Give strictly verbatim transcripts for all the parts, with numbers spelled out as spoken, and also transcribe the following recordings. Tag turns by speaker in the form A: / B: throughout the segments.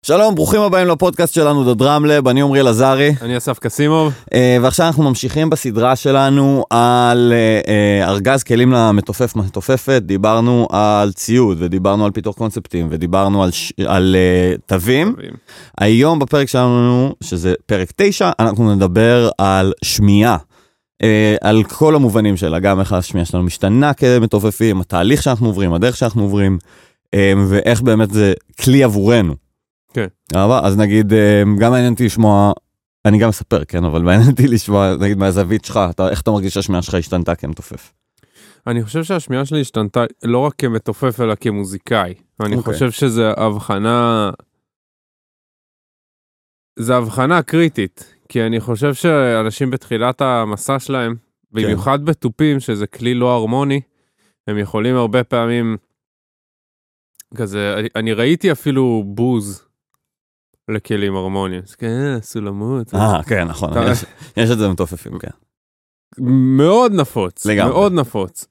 A: שלום, ברוכים הבאים לפודקאסט שלנו, The Drum Lab, אני עומרי אלעזרי.
B: אני אסף קסימוב.
A: ועכשיו אנחנו ממשיכים בסדרה שלנו על ארגז כלים למתופף מתופפת, דיברנו על ציוד, ודיברנו על פיתוח קונספטים, ודיברנו על, ש... על uh, תווים. תווים. היום בפרק שלנו, שזה פרק תשע, אנחנו נדבר על שמיעה. Uh, על כל המובנים שלה, גם איך השמיעה שלנו משתנה כמתופפים, התהליך שאנחנו עוברים, הדרך שאנחנו עוברים, um, ואיך באמת זה כלי עבורנו.
B: כן.
A: אז נגיד, גם מעניין אותי לשמוע, אני גם אספר, כן, אבל מעניין אותי לשמוע, נגיד, מהזווית שלך, אתה, איך אתה מרגיש שהשמיעה שלך השתנתה כמתופף?
B: אני חושב שהשמיעה שלי השתנתה לא רק כמתופף, אלא כמוזיקאי. אני okay. חושב שזה הבחנה, זה הבחנה קריטית, כי אני חושב שאנשים בתחילת המסע שלהם, במיוחד okay. בתופים, שזה כלי לא הרמוני, הם יכולים הרבה פעמים, כזה, אני, אני ראיתי אפילו בוז, לכלים הרמוניים, אז כן, סולמות.
A: אה, כן, נכון, יש את זה מתופפים, כן.
B: מאוד נפוץ, מאוד נפוץ,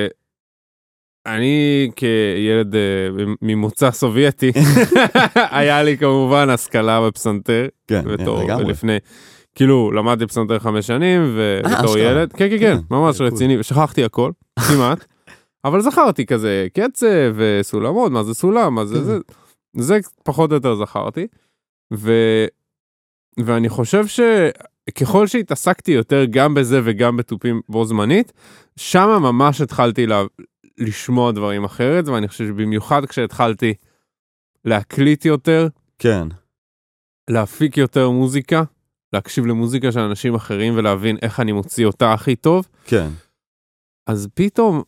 B: ואני כילד ממוצא סובייטי, היה לי כמובן השכלה בפסנתר, לפני, כאילו, למדתי פסנתר חמש שנים, ובתור ילד, כן, כן, כן, ממש רציני, ושכחתי הכל, כמעט, אבל זכרתי כזה קצב וסולמות, מה זה סולם, מה זה זה, זה פחות או יותר זכרתי, ו... ואני חושב שככל שהתעסקתי יותר גם בזה וגם בטופים בו זמנית, שם ממש התחלתי לה... לשמוע דברים אחרת, ואני חושב שבמיוחד כשהתחלתי להקליט יותר,
A: כן.
B: להפיק יותר מוזיקה, להקשיב למוזיקה של אנשים אחרים ולהבין איך אני מוציא אותה הכי טוב,
A: כן.
B: אז פתאום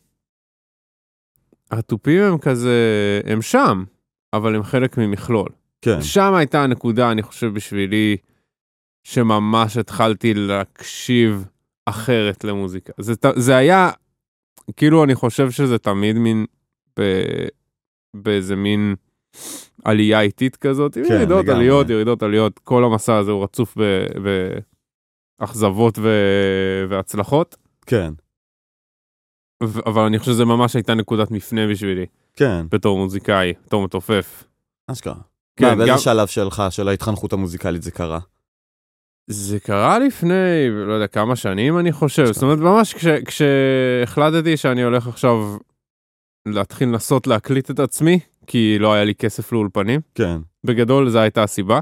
B: הטופים הם כזה, הם שם, אבל הם חלק ממכלול.
A: כן.
B: שם הייתה הנקודה, אני חושב, בשבילי, שממש התחלתי להקשיב אחרת למוזיקה. זה, זה היה, כאילו אני חושב שזה תמיד מין, ב, באיזה מין עלייה איטית כזאת, כן, ירידות לגמרי. עליות, ירידות עליות, כל המסע הזה הוא רצוף באכזבות ו, והצלחות.
A: כן.
B: ו, אבל אני חושב שזה ממש הייתה נקודת מפנה בשבילי.
A: כן.
B: בתור מוזיקאי, בתור מתופף.
A: אשכרה. כן, באיזה גם... שלב שלך, של ההתחנכות המוזיקלית זה קרה?
B: זה קרה לפני, לא יודע, כמה שנים אני חושב. זאת אומרת, ממש כש, כשהחלטתי שאני הולך עכשיו להתחיל לנסות להקליט את עצמי, כי לא היה לי כסף לאולפנים.
A: כן.
B: בגדול, זו הייתה הסיבה.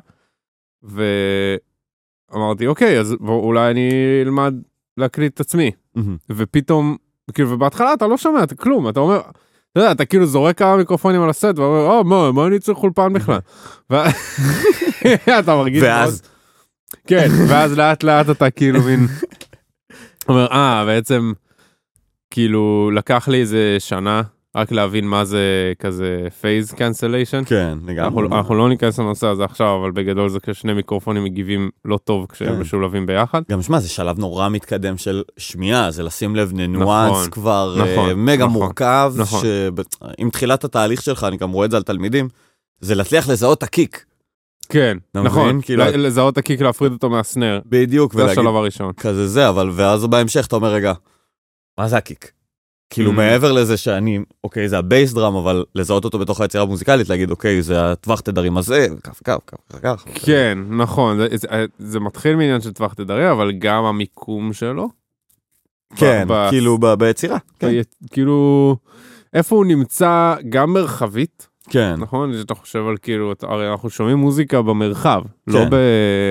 B: ואמרתי, אוקיי, אז בוא, אולי אני אלמד להקליט את עצמי. Mm-hmm. ופתאום, כאילו, ובהתחלה אתה לא שומע, אתה כלום, אתה אומר... אתה יודע, אתה כאילו זורק כמה מיקרופונים על הסט, ואומר, אה, מה, מה אני צריך אולפן בכלל? אתה מרגיש...
A: ואז?
B: כן, ואז לאט לאט אתה כאילו מין... אומר, אה, בעצם, כאילו, לקח לי איזה שנה, רק להבין מה זה כזה phase cancellation.
A: כן, לגמרי.
B: אנחנו לא ניכנס לנושא הזה עכשיו, אבל בגדול זה כששני מיקרופונים מגיבים לא טוב כשהם משולבים ביחד.
A: גם שמה, זה שלב נורא מתקדם של שמיעה, זה לשים לב לניואנס כבר מגה מורכב, שעם תחילת התהליך שלך, אני גם רואה את זה על תלמידים, זה להצליח לזהות הקיק.
B: כן, נכון, לזהות הקיק, להפריד אותו מהסנר.
A: בדיוק.
B: זה השלב הראשון.
A: כזה זה, אבל ואז בהמשך אתה אומר, רגע, מה זה הקיק? כאילו מעבר לזה שאני, אוקיי, זה הבייס דראם, אבל לזהות אותו בתוך היצירה המוזיקלית, להגיד, אוקיי, זה הטווח תדרים הזה, כך, כך, כך, כך.
B: כן, נכון, זה מתחיל מעניין של טווח תדרים, אבל גם המיקום שלו.
A: כן, כאילו ביצירה.
B: כאילו, איפה הוא נמצא גם מרחבית.
A: כן.
B: נכון? שאתה חושב על כאילו, הרי אנחנו שומעים מוזיקה במרחב, לא ב...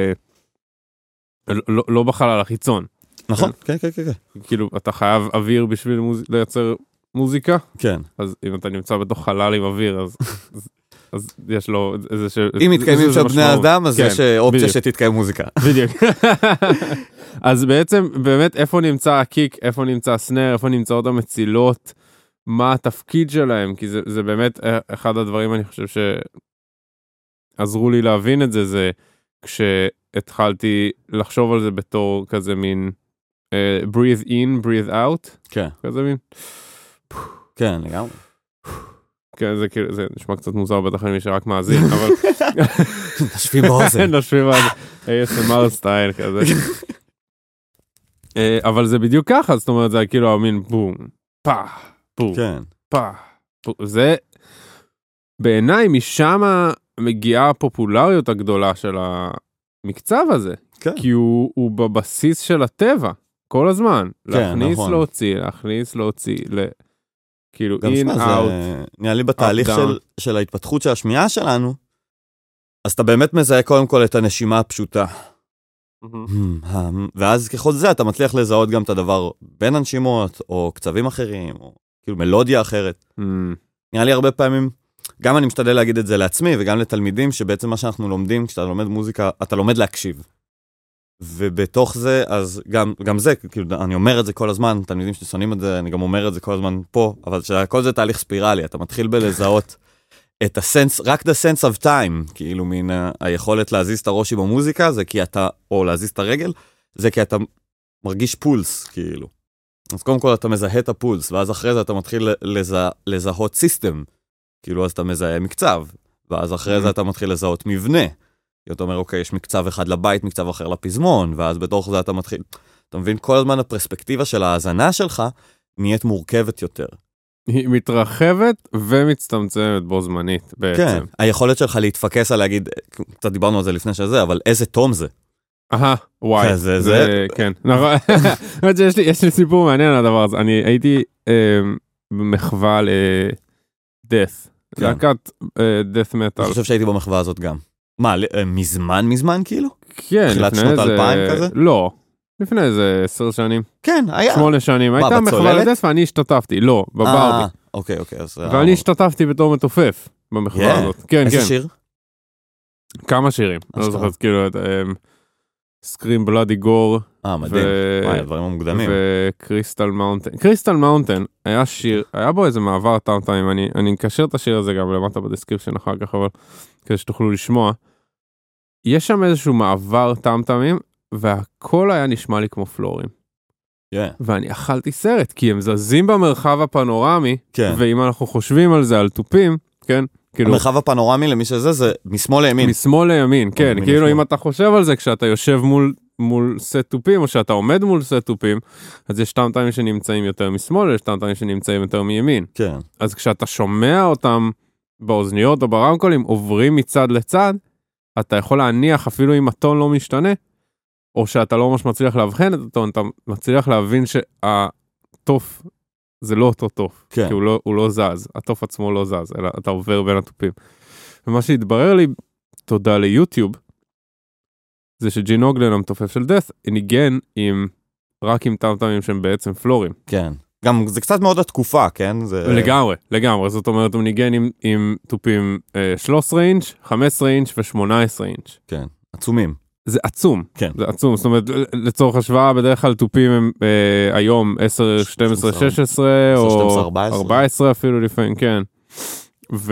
B: לא בחלל החיצון.
A: נכון, כן, כן, כן.
B: כאילו, אתה חייב אוויר בשביל לייצר מוזיקה.
A: כן.
B: אז אם אתה נמצא בתוך חלל עם אוויר, אז יש לו איזה ש...
A: אם מתקיימים שם בני אדם, אז יש אופציה שתתקיים מוזיקה.
B: בדיוק. אז בעצם, באמת, איפה נמצא הקיק, איפה נמצא הסנר, איפה נמצאות המצילות, מה התפקיד שלהם, כי זה, זה באמת אחד הדברים, אני חושב שעזרו לי להבין את זה, זה כשהתחלתי לחשוב על זה בתור כזה מין uh, breathe in, breathe out.
A: כן.
B: כזה מין.
A: כן, לגמרי.
B: כן, זה כאילו, זה נשמע קצת מוזר, בטח אני מי שרק מאזין, אבל...
A: נשפים באוזן.
B: נשפים באוזן. איי אס אם אר סטייל כזה. אבל זה בדיוק ככה, זאת אומרת, זה כאילו המין בום, פח. פו,
A: כן.
B: פח, פו. זה בעיניי משם מגיעה הפופולריות הגדולה של המקצב הזה,
A: כן.
B: כי הוא, הוא בבסיס של הטבע, כל הזמן.
A: כן,
B: להכניס,
A: נכון.
B: להוציא, להכניס, להוציא, ל... כאילו,
A: גם
B: in,
A: שמה,
B: out.
A: זה נראה לי בתהליך של, של ההתפתחות של השמיעה שלנו, אז אתה באמת מזהה קודם כל את הנשימה הפשוטה. ואז ככל זה אתה מצליח לזהות גם את הדבר בין הנשימות, או קצבים אחרים, או כאילו מלודיה אחרת. נראה לי הרבה פעמים, גם אני משתדל להגיד את זה לעצמי, וגם לתלמידים, שבעצם מה שאנחנו לומדים, כשאתה לומד מוזיקה, אתה לומד להקשיב. ובתוך זה, אז גם, גם זה, כאילו, אני אומר את זה כל הזמן, תלמידים ששונאים את זה, אני גם אומר את זה כל הזמן פה, אבל כל זה תהליך ספירלי, אתה מתחיל בלזהות את הסנס, רק the sense of time, כאילו, מן היכולת להזיז את הראש עם המוזיקה, זה כי אתה, או להזיז את הרגל, זה כי אתה מרגיש פולס, כאילו. אז קודם כל אתה מזהה את הפולס, ואז אחרי זה אתה מתחיל לזה, לזהות סיסטם, כאילו, אז אתה מזהה מקצב, ואז אחרי זה אתה מתחיל לזהות מבנה. אתה אומר, אוקיי, יש מקצב אחד לבית, מקצב אחר לפזמון, ואז בתוך זה אתה מתחיל, אתה מבין, כל הזמן הפרספקטיבה של ההאזנה שלך נהיית מורכבת יותר.
B: היא מתרחבת ומצטמצמת בו זמנית בעצם.
A: כן, היכולת שלך להתפקס על להגיד, קצת דיברנו על זה לפני שזה, אבל איזה תום זה.
B: אהה, וואי.
A: זה, זה.
B: כן, נכון. יש לי, יש לי סיפור מעניין על הדבר הזה. אני הייתי במחווה ל-Death, להקת Death Metal.
A: אני חושב שהייתי במחווה הזאת גם. מה, מזמן מזמן כאילו?
B: כן,
A: תחילת שנות אלפיים כזה?
B: לא, לפני איזה עשר שנים.
A: כן, היה.
B: שמונה שנים. הייתה מחווה לדס ואני השתתפתי, לא, בברבי.
A: אוקיי, אוקיי.
B: ואני השתתפתי בתור מתופף במחווה הזאת. כן, כן.
A: איזה שיר?
B: כמה שירים. לא זוכר, כאילו, סקרים בלאדי גור.
A: אה, מדהים. וואי, הדברים המוקדמים.
B: וקריסטל מאונטן. קריסטל מאונטן היה שיר, היה בו איזה מעבר טאם-טאם, אני אקשר את השיר הזה גם למטה בדסקריפשן אחר כך, אבל כדי שתוכלו לשמוע. יש שם איזשהו מעבר טאם-טאמים, והכל היה נשמע לי כמו פלורים.
A: Yeah.
B: ואני אכלתי סרט, כי הם זזים במרחב הפנורמי,
A: כן.
B: ואם אנחנו חושבים על זה, על טופים, כן? כאילו,
A: המרחב הפנורמי למי שזה, זה משמאל לימין.
B: משמאל לימין, כן. כאילו לשמאל. אם אתה חושב על זה, כשאתה יושב מול, מול סט טופים, או שאתה עומד מול סט טופים, אז יש טאם-טאמים שנמצאים יותר משמאל, יש טאם-טאמים שנמצאים יותר מימין.
A: כן.
B: אז כשאתה שומע אותם באוזניות או ברמקולים, עוברים מצד לצד, אתה יכול להניח אפילו אם הטון לא משתנה, או שאתה לא ממש מצליח להבחן את הטון, אתה מצליח להבין שהטוף זה לא אותו טוף,
A: כן.
B: כי הוא לא, הוא לא זז, הטוף עצמו לא זז, אלא אתה עובר בין הטופים. ומה שהתברר לי, תודה ליוטיוב, זה שג'ין אוגלן המתופף של דאט, ניגן עם, רק עם טאם-טאמים שהם בעצם פלורים.
A: כן. גם זה קצת מאוד התקופה, כן? זה...
B: לגמרי, לגמרי. זאת אומרת, הוא ניגן עם, עם טופים אה, שלוש עשרה אינץ', חמש עשרה אינץ' ו-שמונה עשרה אינץ'.
A: כן, עצומים.
B: זה עצום.
A: כן.
B: זה עצום. זאת אומרת, לצורך השוואה, בדרך כלל טופים הם אה, היום עשר, שתים עשרה, שש עשרה, או ארבע עשרה אפילו לפעמים, כן. ו...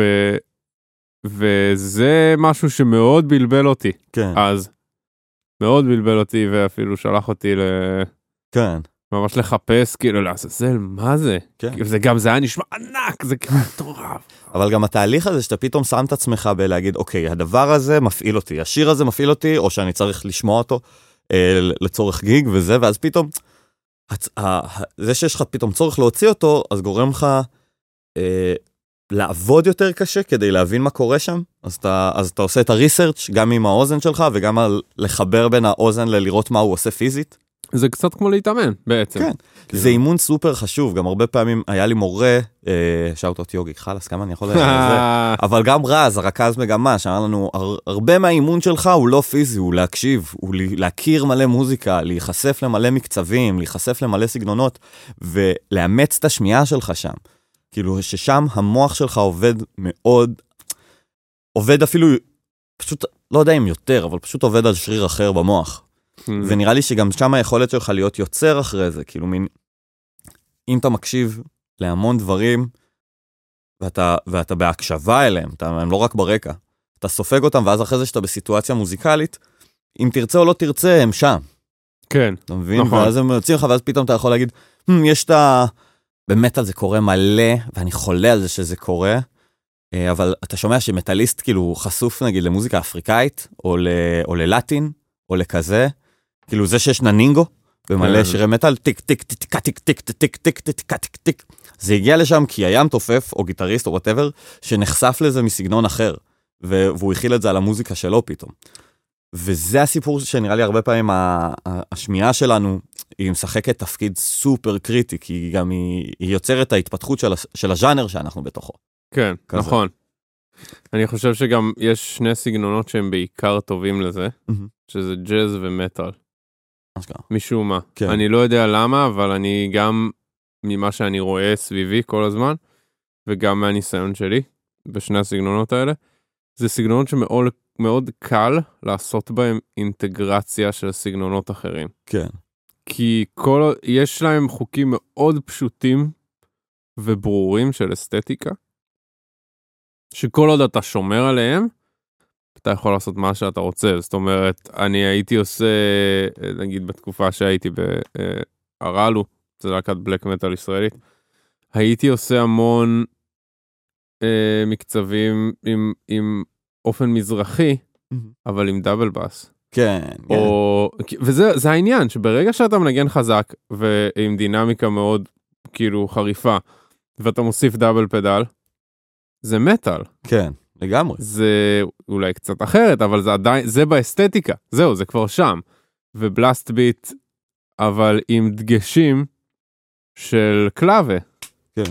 B: וזה משהו שמאוד בלבל אותי.
A: כן.
B: אז, מאוד בלבל אותי, ואפילו שלח אותי ל...
A: כן.
B: ממש לחפש, כאילו, לעזאזל, מה זה?
A: כן.
B: זה גם, זה היה נשמע ענק, זה כאילו מטורף.
A: אבל גם התהליך הזה שאתה פתאום שם את עצמך בלהגיד, אוקיי, הדבר הזה מפעיל אותי, השיר הזה מפעיל אותי, או שאני צריך לשמוע אותו אה, לצורך גיג וזה, ואז פתאום, הצ... ה... זה שיש לך פתאום צורך להוציא אותו, אז גורם לך אה, לעבוד יותר קשה כדי להבין מה קורה שם. אז אתה, אז אתה עושה את הריסרצ' גם עם האוזן שלך, וגם על לחבר בין האוזן ללראות מה הוא עושה פיזית.
B: זה קצת כמו להתאמן בעצם.
A: כן, כאילו. זה אימון סופר חשוב, גם הרבה פעמים היה לי מורה, אה, שאוטות יוגי, חלס, כמה אני יכול לזה, אבל גם רז, הרכז מגמה, שאמר לנו, הר, הרבה מהאימון שלך הוא לא פיזי, הוא להקשיב, הוא להכיר מלא מוזיקה, להיחשף למלא מקצבים, להיחשף למלא סגנונות, ולאמץ את השמיעה שלך שם. כאילו ששם המוח שלך עובד מאוד, עובד אפילו, פשוט, לא יודע אם יותר, אבל פשוט עובד על שריר אחר במוח. ונראה לי שגם שם היכולת שלך להיות יוצר אחרי זה, כאילו מין, אם אתה מקשיב להמון דברים, ואתה, ואתה בהקשבה אליהם, אתה, הם לא רק ברקע, אתה סופג אותם, ואז אחרי זה שאתה בסיטואציה מוזיקלית, אם תרצה או לא תרצה, הם שם.
B: כן.
A: אתה מבין? נכון. ואז הם יוצאים לך, ואז פתאום אתה יכול להגיד, יש את ה... באמת על זה קורה מלא, ואני חולה על זה שזה קורה, אבל אתה שומע שמטליסט כאילו חשוף נגיד למוזיקה אפריקאית, או, ל... או ללטין, או לכזה, כאילו זה שיש ננינגו, במלא שירי מטל, טיק, טיק, טיק, טיק, טיק, טיק, טיק, טיק, טיק, טיק, טיק. זה הגיע לשם כי היה מתופף, או גיטריסט, או whatever, שנחשף לזה מסגנון אחר. והוא הכיל את זה על המוזיקה שלו פתאום. וזה הסיפור שנראה לי הרבה פעמים השמיעה שלנו, היא משחקת תפקיד סופר קריטי, כי היא גם היא, היא יוצרת את ההתפתחות של, של הז'אנר שאנחנו בתוכו.
B: כן, כזה. נכון. אני חושב שגם יש שני סגנונות שהם בעיקר טובים לזה, mm-hmm. שזה ג'אז ומטל. משום מה. כן. אני לא יודע למה, אבל אני גם ממה שאני רואה סביבי כל הזמן, וגם מהניסיון שלי, בשני הסגנונות האלה, זה סגנונות שמאוד מאוד קל לעשות בהם אינטגרציה של סגנונות אחרים.
A: כן.
B: כי כל, יש להם חוקים מאוד פשוטים וברורים של אסתטיקה, שכל עוד אתה שומר עליהם, אתה יכול לעשות מה שאתה רוצה. זאת אומרת, אני הייתי עושה, נגיד בתקופה שהייתי בארלו, זה להקת בלק מטל ישראלית, הייתי עושה המון אה, מקצבים עם, עם אופן מזרחי, mm-hmm. אבל עם דאבל בס.
A: כן.
B: או, כן. וזה זה העניין, שברגע שאתה מנגן חזק, ועם דינמיקה מאוד כאילו חריפה, ואתה מוסיף דאבל פדל, זה מטל.
A: כן, לגמרי.
B: זה אולי קצת אחרת, אבל זה עדיין, זה באסתטיקה. זהו, זה כבר שם. ובלאסט ביט, אבל עם דגשים של קלאבה.
A: כן.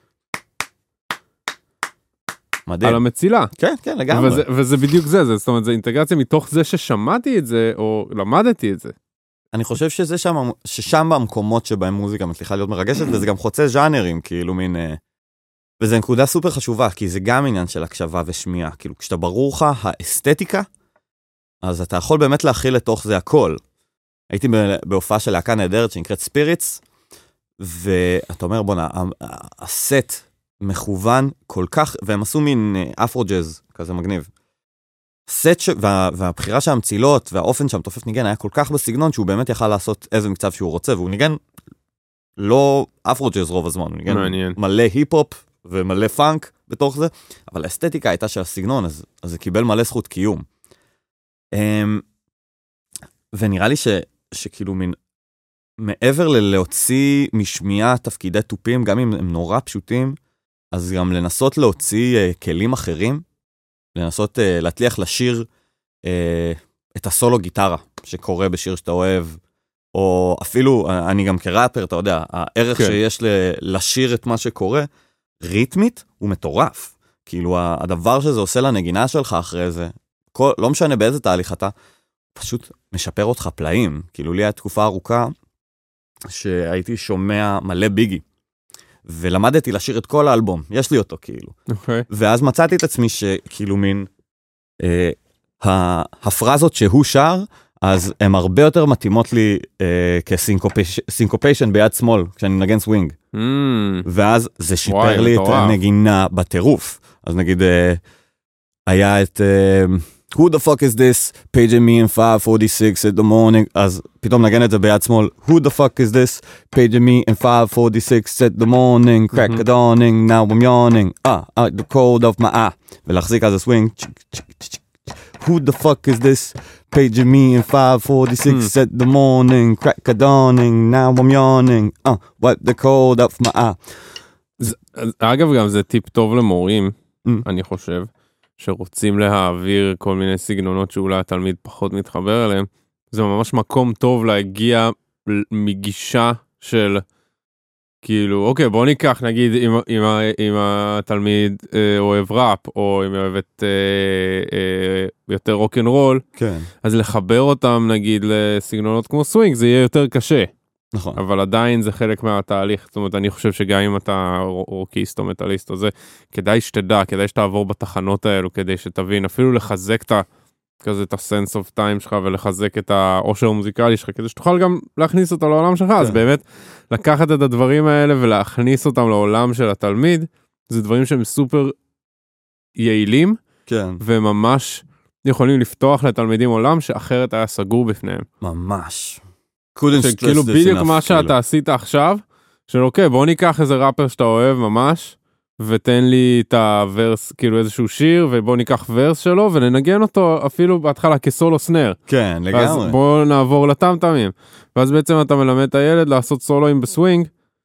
A: מדהים.
B: על המצילה.
A: כן, כן, לגמרי.
B: וזה, וזה בדיוק זה, זה, זאת אומרת, זה אינטגרציה מתוך זה ששמעתי את זה, או למדתי את זה.
A: אני חושב שזה שם, ששם במקומות שבהם מוזיקה מצליחה להיות מרגשת, וזה גם חוצה ז'אנרים, כאילו מין... וזה נקודה סופר חשובה, כי זה גם עניין של הקשבה ושמיעה. כאילו, כשאתה ברור לך האסתטיקה, אז אתה יכול באמת להכיל לתוך זה הכל. הייתי בהופעה של להקה נהדרת שנקראת ספיריטס, ואתה אומר, בונה, הסט מכוון כל כך, והם עשו מין אפרו-ג'אז, כזה מגניב. הסט ש... וה... והבחירה של המצילות, והאופן שהמתופף ניגן, היה כל כך בסגנון, שהוא באמת יכל לעשות איזה מקצב שהוא רוצה, והוא ניגן לא אפרו-ג'אז רוב הזמן, הוא ניגן
B: מעניין.
A: מלא היפ-הופ, ומלא פאנק בתוך זה, אבל האסתטיקה הייתה של הסגנון, אז, אז זה קיבל מלא זכות קיום. ונראה לי ש, שכאילו מין, מעבר ללהוציא משמיעה תפקידי טופים, גם אם הם נורא פשוטים, אז גם לנסות להוציא uh, כלים אחרים, לנסות uh, להצליח לשיר uh, את הסולו גיטרה שקורה בשיר שאתה אוהב, או אפילו, אני גם כראפר, אתה יודע, הערך כן. שיש ל- לשיר את מה שקורה, ריתמית הוא מטורף. כאילו הדבר שזה עושה לנגינה שלך אחרי זה, כל, לא משנה באיזה תהליך אתה, פשוט משפר אותך פלאים. כאילו לי הייתה תקופה ארוכה שהייתי שומע מלא ביגי, ולמדתי לשיר את כל האלבום, יש לי אותו כאילו.
B: Okay.
A: ואז מצאתי את עצמי שכאילו מין, אה, הפרזות שהוא שר, אז הן הרבה יותר מתאימות לי אה, כסינקופיישן ביד שמאל, כשאני מנגן סווינג. Mm. ואז זה שיפר וואי, לי מטורף. את הנגינה בטירוף. אז נגיד, אה, היה את... אה, Who the fuck is this? Paging me in five forty-six at the morning. אז פתאום נגן את זה ביד שמאל. Who the fuck is this? Paging me in five forty-six at the morning. Crack mm-hmm. a dawning, now I'm yawning. Ah, out the cold of my eye. ולהחזיק על זה סווינג. Who the fuck is this? Paging me in five forty-six mm. at the morning, crack a dawning, now I'm yawning, uh, wipe the cold up my eye.
B: זה, אגב, גם זה טיפ טוב למורים, mm. אני חושב, שרוצים להעביר כל מיני סגנונות שאולי התלמיד פחות מתחבר אליהם. זה ממש מקום טוב להגיע מגישה של, כאילו, אוקיי, בוא ניקח, נגיד, אם, אם, אם התלמיד אה, אוהב ראפ, או אם אוהבת אה, אה, יותר רוק-אנד-רול,
A: כן.
B: אז לחבר אותם, נגיד, לסגנונות כמו סווינג, זה יהיה יותר קשה.
A: נכון.
B: אבל עדיין זה חלק מהתהליך. זאת אומרת, אני חושב שגם אם אתה רוקיסט או מטליסט או זה, כדאי שתדע, כדאי שתעבור בתחנות האלו, כדי שתבין, אפילו לחזק את ה... כזה את ה-sense of time שלך, ולחזק את העושר המוזיקלי שלך, כדי שתוכל גם להכניס אותו לעולם שלך, אז באמת, לקחת את הדברים האלה, ולהכניס אותם לעולם של התלמיד, זה דברים שהם סופר יעילים, וממש יכולים לפתוח לתלמידים עולם, שאחרת היה סגור בפניהם.
A: ממש.
B: כאילו בדיוק מה שאתה עשית עכשיו, של אוקיי, בוא ניקח איזה ראפר שאתה אוהב ממש, ותן לי את הוורס, כאילו איזשהו שיר, ובוא ניקח ורס שלו, וננגן אותו אפילו בהתחלה כסולו סנר.
A: כן, לגמרי.
B: אז בוא נעבור לטמטמים. ואז בעצם אתה מלמד את הילד לעשות סולואים בסווינג,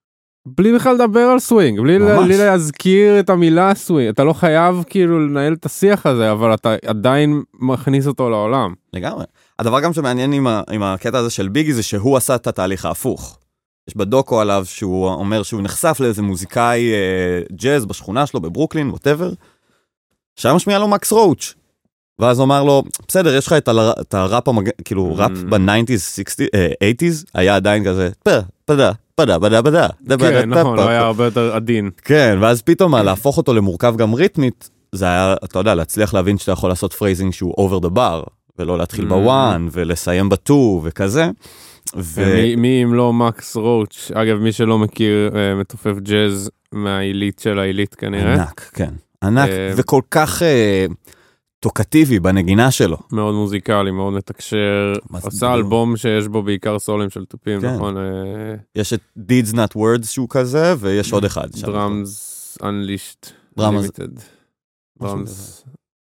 B: בלי בכלל לדבר על סווינג, בלי, בלי להזכיר את המילה סווינג, אתה לא חייב כאילו לנהל את השיח הזה, אבל אתה עדיין מכניס אותו לעולם.
A: לגמרי. הדבר גם שמעניין עם, ה, עם הקטע הזה של ביגי, זה שהוא עשה את התהליך ההפוך. יש בדוקו עליו שהוא אומר שהוא נחשף לאיזה מוזיקאי אה, ג'אז בשכונה שלו, בברוקלין, whatever, שהיה משמיע לו מקס רוץ'. ואז הוא אמר לו, בסדר, יש לך את, ה, את הראפ, המג... כאילו, ראפ ב-ניינטיז, אייטיז, היה עדיין כזה, פדה, פדה, פדה, פדה, פדה.
B: כן, נכון, הוא היה הרבה יותר עדין.
A: כן, ואז פתאום, להפוך אותו למורכב גם ריתמית, זה היה, אתה יודע, להצליח להבין שאתה יכול לעשות פרייזינג שהוא over the bar, ולא להתחיל בוואן, ולסיים בטו, וכזה.
B: מי אם לא מקס רוץ', אגב, מי שלא מכיר, מתופף ג'אז מהעילית של העילית כנראה.
A: ענק, כן. ענק, וכל כך טוקטיבי בנגינה שלו.
B: מאוד מוזיקלי, מאוד מתקשר. עשה אלבום שיש בו בעיקר סולים של תופים, נכון?
A: יש את Deeds Not Words שהוא כזה, ויש עוד אחד.
B: Drums Unleashed.
A: Drums.
B: Drums.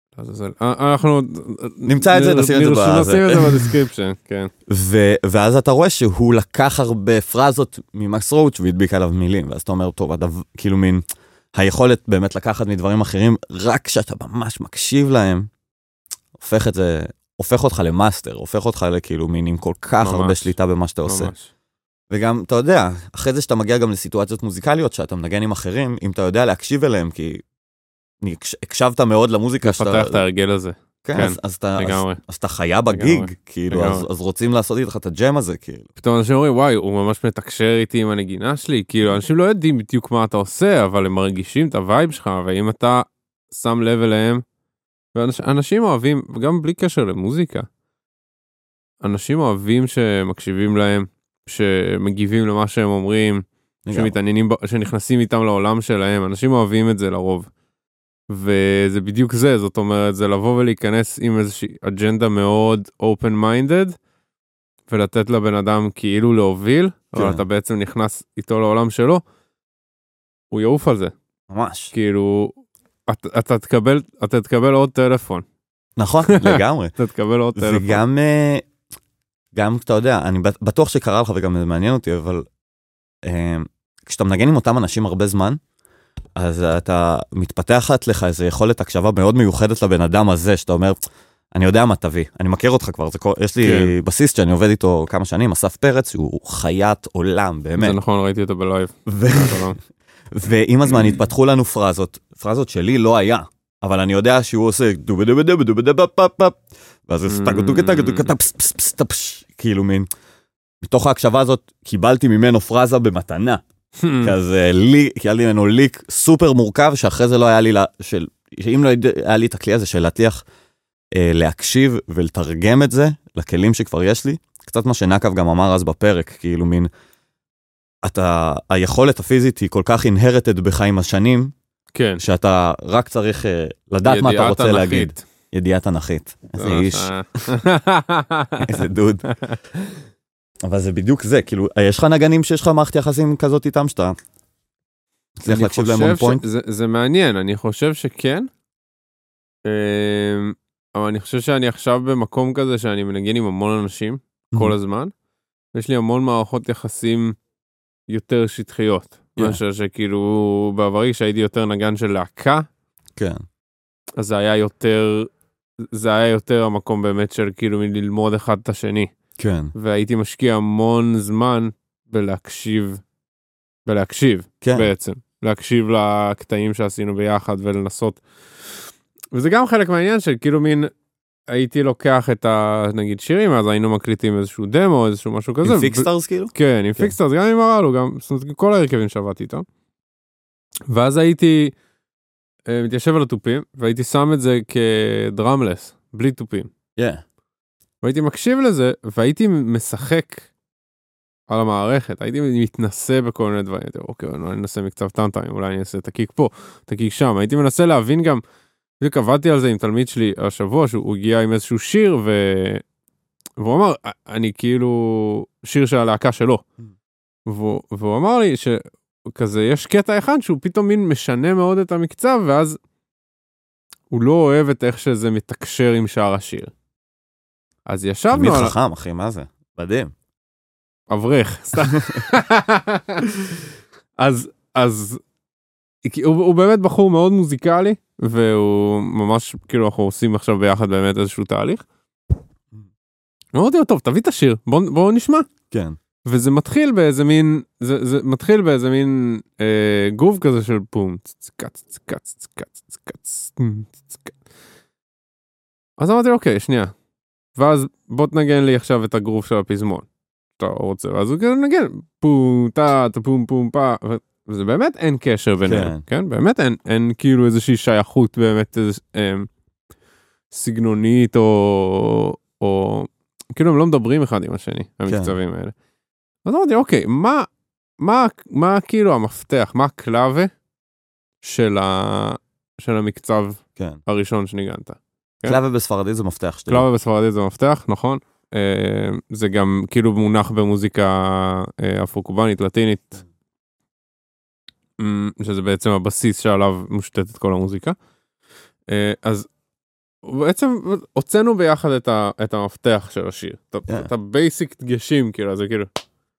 B: אנחנו
A: נמצא את זה, נשים את זה
B: בדסקריפשן, כן.
A: ואז אתה רואה שהוא לקח הרבה פרזות ממקס רוץ' והדביק עליו מילים, ואז אתה אומר, טוב, כאילו מין, היכולת באמת לקחת מדברים אחרים, רק כשאתה ממש מקשיב להם, הופך את זה, הופך אותך למאסטר, הופך אותך לכאילו מין עם כל כך הרבה שליטה במה שאתה עושה. וגם, אתה יודע, אחרי זה שאתה מגיע גם לסיטואציות מוזיקליות, שאתה מנגן עם אחרים, אם אתה יודע להקשיב אליהם, כי הקשבת מאוד למוזיקה
B: שאתה... לפתח את ההרגל הזה.
A: כן, אז אתה חיה בגיג, כאילו, אז רוצים לעשות איתך את הג'ם הזה, כאילו.
B: פתאום אנשים אומרים, וואי, הוא ממש מתקשר איתי עם הנגינה שלי, כאילו, אנשים לא יודעים בדיוק מה אתה עושה, אבל הם מרגישים את הווייב שלך, ואם אתה שם לב אליהם, ואנשים אוהבים, וגם בלי קשר למוזיקה, אנשים אוהבים שמקשיבים להם, שמגיבים למה שהם אומרים, שמתעניינים, שנכנסים איתם לעולם שלהם, אנשים אוהבים את זה לרוב. וזה בדיוק זה, זאת אומרת, זה לבוא ולהיכנס עם איזושהי אג'נדה מאוד open-minded, ולתת לבן אדם כאילו להוביל, כן. אבל אתה בעצם נכנס איתו לעולם שלו, הוא יעוף על זה.
A: ממש.
B: כאילו, אתה, אתה, תקבל, אתה תקבל עוד טלפון.
A: נכון, לגמרי.
B: אתה תקבל עוד טלפון.
A: וגם, גם, אתה יודע, אני בטוח שקרה לך וגם זה מעניין אותי, אבל כשאתה מנגן עם אותם אנשים הרבה זמן, אז אתה מתפתחת לך איזו יכולת הקשבה מאוד מיוחדת לבן אדם הזה, שאתה אומר, אני יודע מה תביא, אני מכיר אותך כבר, זה כל, יש לי כן. בסיסט שאני עובד איתו כמה שנים, אסף פרץ, הוא חיית עולם, באמת.
B: זה נכון, ראיתי אותו בלייב.
A: ו... ועם הזמן התפתחו לנו פרזות, פרזות שלי לא היה, אבל אני יודע שהוא עושה דובה דובה דובה דובה דובה דובה, ואז זה סטגו דוגה דוגה דוגה דוגה פס פס פס פס, כאילו מין, מתוך ההקשבה הזאת קיבלתי ממנו פרזה במתנה. כזה לי, קיבלתי ממנו ליק סופר מורכב, שאחרי זה לא היה לי, של, שאם לא היה לי את הכלי הזה של להצליח אה, להקשיב ולתרגם את זה לכלים שכבר יש לי, קצת מה שנקב גם אמר אז בפרק, כאילו מין, אתה, היכולת הפיזית היא כל כך inherited בך עם השנים,
B: כן.
A: שאתה רק צריך אה, לדעת מה אתה רוצה תנחית. להגיד. ידיעה תנכית. איזה איש. איזה דוד. אבל זה בדיוק זה, כאילו, יש לך נגנים שיש לך מערכת יחסים כזאת איתם שאתה צריך להקשיב להם on point?
B: זה, זה מעניין, אני חושב שכן, אבל אני חושב שאני עכשיו במקום כזה שאני מנגן עם המון אנשים כל הזמן, ויש לי המון מערכות יחסים יותר שטחיות, משהו שכאילו בעברי שהייתי יותר נגן של להקה,
A: כן.
B: אז זה היה יותר, זה היה יותר המקום באמת של כאילו ללמוד אחד את השני.
A: כן.
B: והייתי משקיע המון זמן בלהקשיב, בלהקשיב כן. בעצם, להקשיב לקטעים שעשינו ביחד ולנסות, וזה גם חלק מהעניין של כאילו מין, הייתי לוקח את ה, נגיד שירים, אז היינו מקליטים איזשהו דמו, איזשהו משהו כזה.
A: עם פיקסטארס כאילו?
B: כן, עם פיקסטארס, גם עם הרלו, גם, זאת אומרת, כל ההרכבים שעבדתי איתם. ואז הייתי מתיישב על התופים, והייתי שם את זה כדרמלס, בלי תופים.
A: כן.
B: והייתי מקשיב לזה, והייתי משחק על המערכת, הייתי מתנסה בכל מיני דברים, אוקיי, אני אנסה מקצב טנטיים, אולי אני אעשה את הקיק פה, את הקיק שם, הייתי מנסה להבין גם, בדיוק עבדתי על זה עם תלמיד שלי השבוע, שהוא הגיע עם איזשהו שיר, ו... והוא אמר, אני כאילו, שיר של הלהקה שלו, והוא, והוא אמר לי שכזה, יש קטע אחד שהוא פתאום מין משנה מאוד את המקצב, ואז הוא לא אוהב את איך שזה מתקשר עם שאר השיר. אז ישבנו...
A: תמיד חכם, אחי, מה זה? מדהים.
B: אברך, סתם. אז, אז, הוא, הוא באמת בחור מאוד מוזיקלי, והוא ממש, כאילו, אנחנו עושים עכשיו ביחד באמת איזשהו תהליך. אמרתי לו, טוב, תביא את השיר, בואו בוא נשמע.
A: כן.
B: וזה מתחיל באיזה מין, זה, זה מתחיל באיזה מין אה, גרוב כזה של פום, צקץ, צקץ, צקץ, צקץ, צקץ. אז אמרתי, אוקיי, שנייה. ואז בוא תנגן לי עכשיו את הגרוב של הפזמון. אתה רוצה, ואז הוא כזה נגן, פום, טה, טה, פום, פום, פה, וזה באמת אין קשר ביניהם, כן? באמת אין, אין כאילו איזושהי שייכות באמת איזו, אה, סגנונית או, או, כאילו הם לא מדברים אחד עם השני, המקצבים האלה. אז אמרתי, אוקיי, מה, מה, מה כאילו המפתח, מה הקלאבה של, ה, של המקצב כן. הראשון שניגנת?
A: כן? קלאבה בספרדית זה מפתח. שתיים.
B: קלאבה בספרדית זה מפתח, נכון. אה, זה גם כאילו מונח במוזיקה אה, אפרו-קובנית, לטינית, שזה בעצם הבסיס שעליו מושתתת כל המוזיקה. אה, אז בעצם הוצאנו ביחד את, ה, את המפתח של השיר, את, yeah. את הבייסיק דגשים, כאילו, זה כאילו...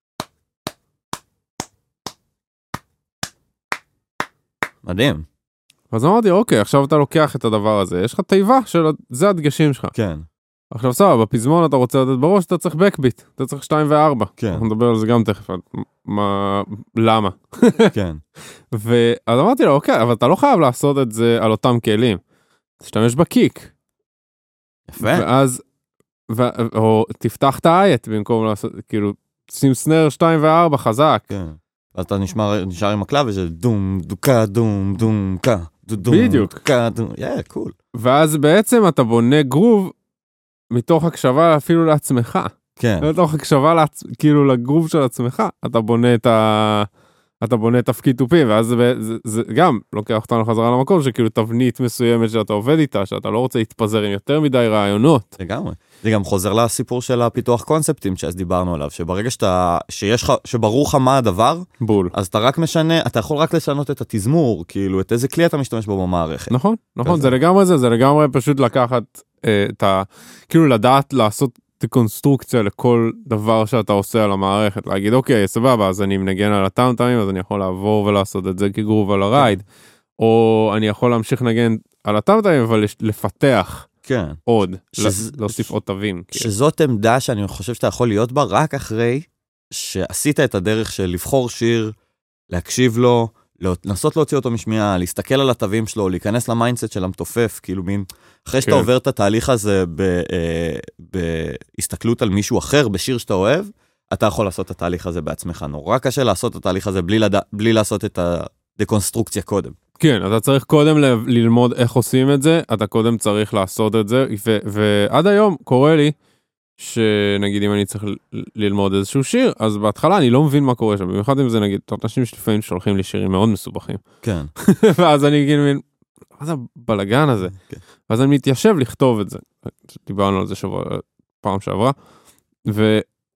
A: מדהים.
B: אז אמרתי, אוקיי, עכשיו אתה לוקח את הדבר הזה, יש לך תיבה של זה הדגשים שלך.
A: כן.
B: עכשיו סבבה, בפזמון אתה רוצה לתת בראש, אתה צריך בקביט, אתה צריך שתיים וארבע.
A: כן.
B: אנחנו נדבר על זה גם תכף, מה, למה?
A: כן.
B: ואז אמרתי לו, אוקיי, אבל אתה לא חייב לעשות את זה על אותם כלים. תשתמש בקיק.
A: יפה.
B: ואז, ו, או תפתח את האייט במקום לעשות, כאילו, שים סנר שתיים וארבע חזק.
A: כן. אז אתה נשמע, נשאר עם הקלאבה של דום, דוקה, דום, דום, קה, דום,
B: בדיוק.
A: קה, דום, יא, קול.
B: ואז בעצם אתה בונה גרוב מתוך הקשבה אפילו לעצמך.
A: כן.
B: מתוך הקשבה לעצ... כאילו לגרוב של עצמך, אתה בונה את ה... אתה בונה תפקיד טופים, ואז זה, זה, זה גם לוקח אותנו חזרה למקום, שכאילו תבנית מסוימת שאתה עובד איתה, שאתה לא רוצה להתפזר עם יותר מדי רעיונות.
A: לגמרי. זה גם חוזר לסיפור של הפיתוח קונספטים שאז דיברנו עליו, שברגע שאתה, שיש לך, שברור לך מה הדבר,
B: בול.
A: אז אתה רק משנה, אתה יכול רק לשנות את התזמור, כאילו, את איזה כלי אתה משתמש בו במערכת.
B: נכון, נכון, זה לגמרי זה, זה לגמרי פשוט לקחת אה, את ה... כאילו לדעת לעשות קונסטרוקציה לכל דבר שאתה עושה על המערכת, להגיד אוקיי, סבבה, אז אני מנגן על הטאם-טאמים, אז אני יכול לעבור ולעשות את זה כגרוב על הרייד, או אני יכול להמשיך לנגן על הטאם-טאמים, אבל לפתח
A: כן.
B: עוד, שזה, להוסיף ש... עוד תווים.
A: שזאת כאילו. עמדה שאני חושב שאתה יכול להיות בה רק אחרי שעשית את הדרך של לבחור שיר, להקשיב לו, לנסות להוציא אותו משמיעה, להסתכל על התווים שלו, להיכנס למיינדסט של המתופף, כאילו מין, אחרי שאתה כן. עובר את התהליך הזה ב, אה, בהסתכלות על מישהו אחר, בשיר שאתה אוהב, אתה יכול לעשות את התהליך הזה בעצמך. נורא קשה לעשות את התהליך הזה בלי, לד... בלי לעשות את הדקונסטרוקציה קודם.
B: כן, אתה צריך קודם ל- ללמוד איך עושים את זה, אתה קודם צריך לעשות את זה, ו- ועד היום קורה לי, שנגיד אם אני צריך ל- ללמוד איזשהו שיר, אז בהתחלה אני לא מבין מה קורה שם, במיוחד אם זה נגיד, אנשים שלפעמים שולחים לי שירים מאוד מסובכים.
A: כן.
B: ואז אני כאילו מבין, מה זה הבלגן הזה? כן. ואז אני מתיישב לכתוב את זה. דיברנו על זה שבוע, פעם שעברה, ו...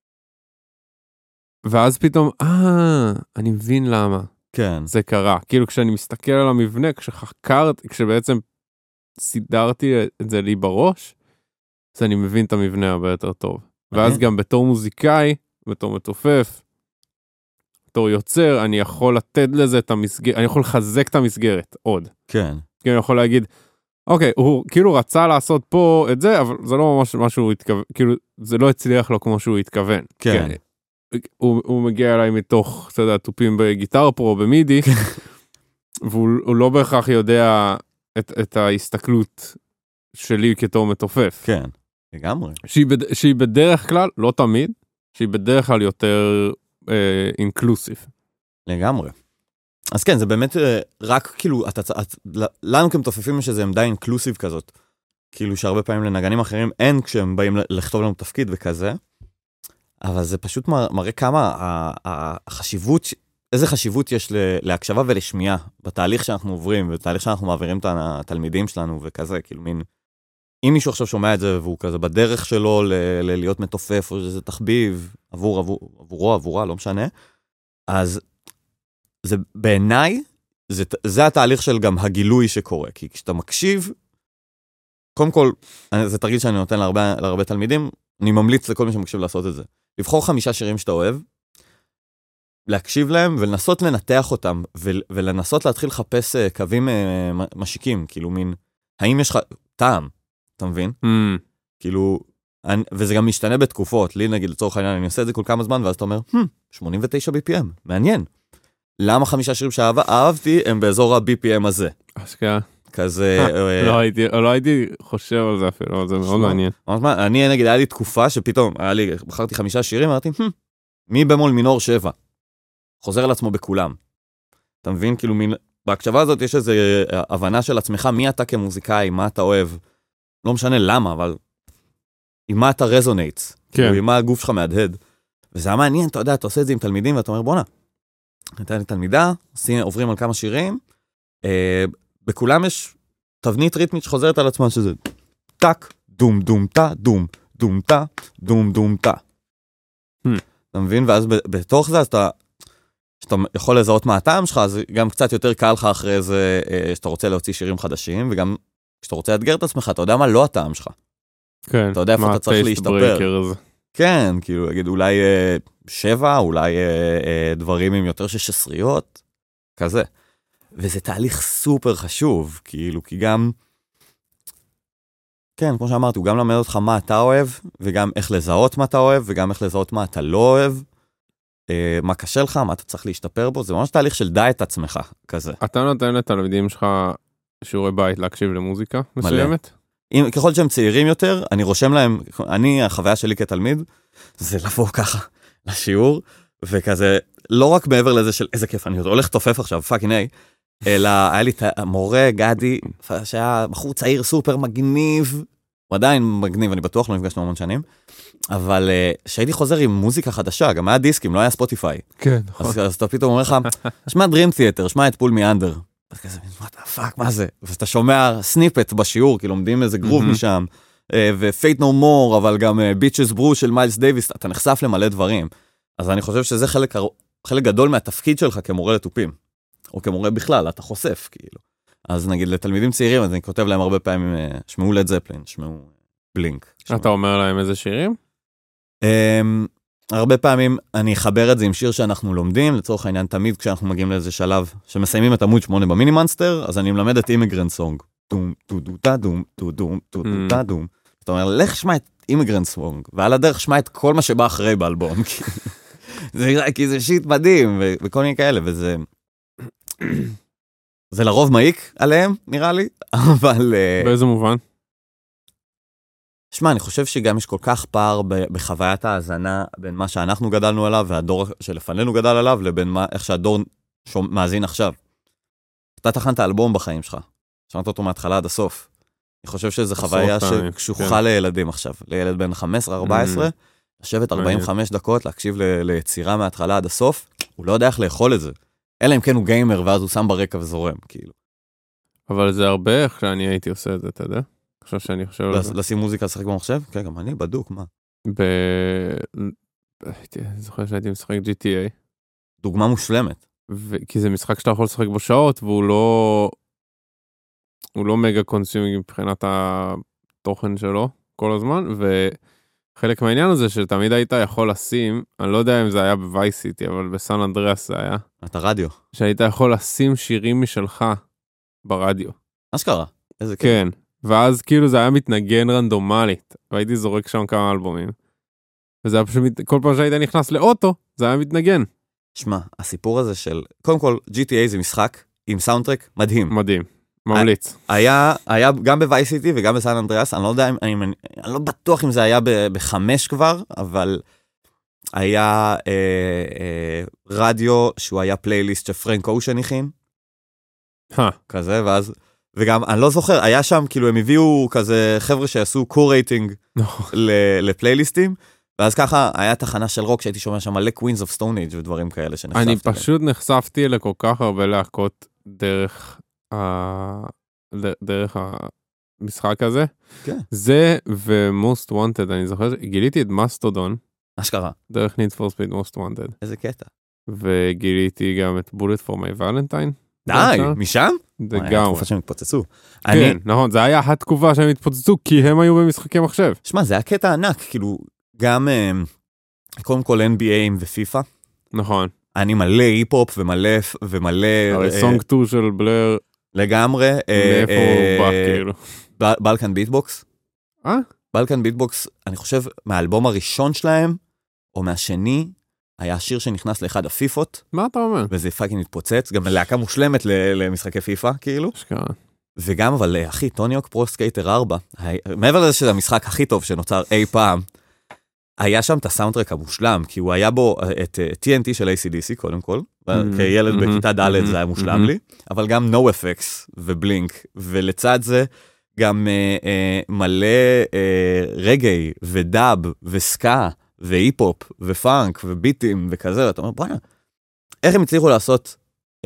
B: ואז פתאום, אה, אני מבין למה.
A: כן.
B: זה קרה. כאילו כשאני מסתכל על המבנה, כשחקרתי, כשבעצם סידרתי את זה לי בראש, אז אני מבין את המבנה הרבה יותר טוב. ואז גם בתור מוזיקאי, בתור מתופף, בתור יוצר, אני יכול לתת לזה את המסגרת, אני יכול לחזק את המסגרת עוד.
A: כן.
B: כי אני יכול להגיד, אוקיי, הוא כאילו רצה לעשות פה את זה, אבל זה לא ממש מה שהוא התכוון, כאילו זה לא הצליח לו כמו שהוא התכוון.
A: כן.
B: הוא, הוא מגיע אליי מתוך, אתה יודע, טופים בגיטרה פרו, במידי, והוא לא בהכרח יודע את, את ההסתכלות שלי כתור מתופף.
A: כן, לגמרי.
B: שהיא, בד, שהיא בדרך כלל, לא תמיד, שהיא בדרך כלל יותר אה, אינקלוסיב.
A: לגמרי. אז כן, זה באמת רק כאילו, אתה, את, לנו כמתופפים יש איזו עמדה אינקלוסיב כזאת, כאילו שהרבה פעמים לנגנים אחרים אין כשהם באים לכתוב לנו תפקיד וכזה, אבל זה פשוט מראה כמה החשיבות, איזה חשיבות יש להקשבה ולשמיעה בתהליך שאנחנו עוברים, בתהליך שאנחנו מעבירים את התלמידים שלנו וכזה, כאילו מין, אם מישהו עכשיו שומע את זה והוא כזה בדרך שלו להיות מתופף או איזה תחביב, עבור, עבור, עבורו, עבורה, לא משנה, אז זה בעיניי, זה, זה התהליך של גם הגילוי שקורה, כי כשאתה מקשיב, קודם כל, זה תרגיל שאני נותן להרבה, להרבה תלמידים, אני ממליץ לכל מי שמקשיב לעשות את זה. לבחור חמישה שירים שאתה אוהב, להקשיב להם ולנסות לנתח אותם, ולנסות להתחיל לחפש קווים משיקים, כאילו מין, האם יש לך טעם, אתה מבין? כאילו, וזה גם משתנה בתקופות, לי נגיד לצורך העניין, אני עושה את זה כל כמה זמן, ואז אתה אומר, שמונים ותשע בי פי אם, מעניין. למה חמישה שירים שאהבתי, הם באזור ה-בי פי אם הזה?
B: אשכרה.
A: כזה...
B: לא הייתי חושב על זה אפילו, זה מאוד מעניין.
A: אני נגיד, היה לי תקופה שפתאום, בחרתי חמישה שירים, אמרתי, מי במול מינור שבע? חוזר על עצמו בכולם. אתה מבין? כאילו, בהקשבה הזאת יש איזו הבנה של עצמך, מי אתה כמוזיקאי, מה אתה אוהב. לא משנה למה, אבל עם מה אתה רזונייטס. כאילו, עם מה הגוף שלך מהדהד. וזה היה מעניין, אתה יודע, אתה עושה את זה עם תלמידים, ואתה אומר, בוא נע. נתן לי תלמידה, עוברים על כמה שירים, בכולם יש תבנית ריתמית שחוזרת על עצמה, שזה טק, דום, דום, טה, דום, דום, טה, דום, דום, טה. אתה מבין? ואז בתוך זה, אז אתה... שאתה יכול לזהות מה הטעם שלך, אז גם קצת יותר קל לך אחרי זה, שאתה רוצה להוציא שירים חדשים, וגם כשאתה רוצה לאתגר את עצמך, אתה יודע מה לא הטעם שלך.
B: כן.
A: אתה יודע איפה אתה צריך להשתפר. כן, כאילו, אגיד, אולי אה, שבע, אולי אה, אה, דברים עם יותר שש עשריות, כזה. וזה תהליך סופר חשוב, כאילו, כי גם, כן, כמו שאמרתי, הוא גם למד אותך מה אתה אוהב, וגם איך לזהות מה אתה אוהב, וגם איך לזהות מה אתה לא אוהב, אה, מה קשה לך, מה אתה צריך להשתפר בו, זה ממש תהליך של דע את עצמך, כזה.
B: אתה נותן לתלמידים שלך שיעורי בית להקשיב למוזיקה מסוימת?
A: אם, ככל שהם צעירים יותר, אני רושם להם, אני, החוויה שלי כתלמיד, זה לבוא ככה לשיעור, וכזה, לא רק מעבר לזה של איזה כיף, אני הולך תופף עכשיו, פאקינג איי, אלא היה לי את המורה, גדי, שהיה בחור צעיר סופר מגניב, הוא עדיין מגניב, אני בטוח לא נפגשנו המון שנים, אבל שהייתי חוזר עם מוזיקה חדשה, גם היה דיסקים, לא היה ספוטיפיי.
B: כן, נכון.
A: אז, אז אתה פתאום אומר לך, שמע דרים תיאטר, שמע את פול מיאנדר. אז כזה, מה אתה פאק, מה זה? ואתה שומע סניפט בשיעור, כי לומדים איזה גרוב משם, ו-Fate No More, אבל גם Beaches Brew של מיילס דייביס, אתה נחשף למלא דברים. אז אני חושב שזה חלק, חלק גדול מהתפקיד שלך כמורה לתופים, או כמורה בכלל, אתה חושף, כאילו. אז נגיד, לתלמידים צעירים, אז אני כותב להם הרבה פעמים, שמעו לד זפלין, שמעו בלינק.
B: אתה אומר להם איזה שירים?
A: הרבה פעמים אני אחבר את זה עם שיר שאנחנו לומדים, לצורך העניין תמיד כשאנחנו מגיעים לאיזה שלב שמסיימים את עמוד שמונה במיני מונסטר, אז אני מלמד את אימיגרנט סונג. דום, דו דו דה דום, דו דום, דו דו דה דום. זאת אומרת, לך שמע את אימיגרנט סונג, ועל הדרך שמע את כל מה שבא אחרי באלבום, כי זה שיט מדהים, וכל מיני כאלה, וזה... זה לרוב מעיק עליהם, נראה לי, אבל...
B: באיזה מובן?
A: שמע, אני חושב שגם יש כל כך פער בחוויית ההאזנה בין מה שאנחנו גדלנו עליו והדור שלפנינו גדל עליו לבין מה, איך שהדור מאזין עכשיו. אתה תכנת אלבום בחיים שלך, שמעת אותו מההתחלה עד הסוף. אני חושב שזו חוויה שקשוחה לילדים עכשיו, לילד בן חמש עשרה ארבע עשרה, לשבת ארבעים וחמש דקות, להקשיב ליצירה מההתחלה עד הסוף, הוא לא יודע איך לאכול את זה. אלא אם כן הוא גיימר ואז הוא שם ברקע וזורם, כאילו.
B: אבל זה הרבה איך שאני הייתי עושה את זה, אתה יודע? חושב שאני חושב על זה.
A: לשים מוזיקה לשחק במחשב? כן, גם אני בדוק, מה?
B: ב... אני זוכר שהייתי משחק ג'י טי איי.
A: דוגמה מושלמת.
B: כי זה משחק שאתה יכול לשחק בו שעות, והוא לא... הוא לא מגה קונסיומינג מבחינת התוכן שלו כל הזמן, וחלק מהעניין הזה שתמיד היית יכול לשים, אני לא יודע אם זה היה בווייס סיטי, אבל בסן אנדריאס זה היה.
A: את הרדיו.
B: שהיית יכול לשים שירים משלך ברדיו.
A: מה שקרה? איזה
B: כן. ואז כאילו זה היה מתנגן רנדומלית, והייתי זורק שם כמה אלבומים. וזה היה פשוט, כל פעם שהיית נכנס לאוטו, זה היה מתנגן.
A: שמע, הסיפור הזה של, קודם כל, ג'י טי איי זה משחק עם סאונדטרק מדהים.
B: מדהים, ממליץ.
A: היה, היה גם בווייס סיטי וגם בסן אנדריאס, אני לא יודע, אני, אני, אני לא בטוח אם זה היה ב, בחמש כבר, אבל היה אה, אה, רדיו שהוא היה פלייליסט שפרנק אושן הכין. כזה, ואז... וגם, אני לא זוכר, היה שם, כאילו, הם הביאו כזה חבר'ה שעשו קורייטינג לפלייליסטים, ואז ככה, היה תחנה של רוק שהייתי שומע שם מלא קווינס אוף סטון אייג' ודברים כאלה שנחשפתי.
B: אני פשוט נחשפתי לכל כך הרבה להקות דרך דרך המשחק הזה. זה ו-Most Wanted, אני זוכר, גיליתי את מסטודון.
A: מה שקרה?
B: דרך Need for Speed Most Wanted.
A: איזה קטע.
B: וגיליתי גם את Bullet for my Valentine.
A: די, משם?
B: זה גם.
A: היה תקופה שהם התפוצצו.
B: כן, נכון, זה היה התקופה שהם התפוצצו, כי הם היו במשחקי מחשב.
A: שמע, זה היה קטע ענק, כאילו, גם, קודם כל אן בי איי ופיפה.
B: נכון.
A: אני מלא היפ-הופ ומלא, ומלא...
B: הרי סונג טו של בלר...
A: לגמרי.
B: מאיפה הוא בא, כאילו?
A: בלקן ביטבוקס.
B: אה?
A: בלקן ביטבוקס, אני חושב, מהאלבום הראשון שלהם, או מהשני, היה שיר שנכנס לאחד הפיפות.
B: מה אתה אומר?
A: וזה פאקינג מתפוצץ, גם להקה מושלמת למשחקי פיפה, כאילו.
B: שכרה.
A: וגם, אבל, אחי, טוני הוק פרו סקייטר ארבע, מעבר לזה שזה המשחק הכי טוב שנוצר אי פעם, היה שם את הסאונדטרק המושלם, כי הוא היה בו את טי אן טי של איי סי די סי, קודם כל, כילד בכיתה ד' זה היה מושלם לי, אבל גם NoFX ובלינק, ולצד זה גם מלא רגעי ודאב וסקה והיפ-הופ ופאנק וביטים וכזה, ואתה אומר, בוא'נה, איך הם הצליחו לעשות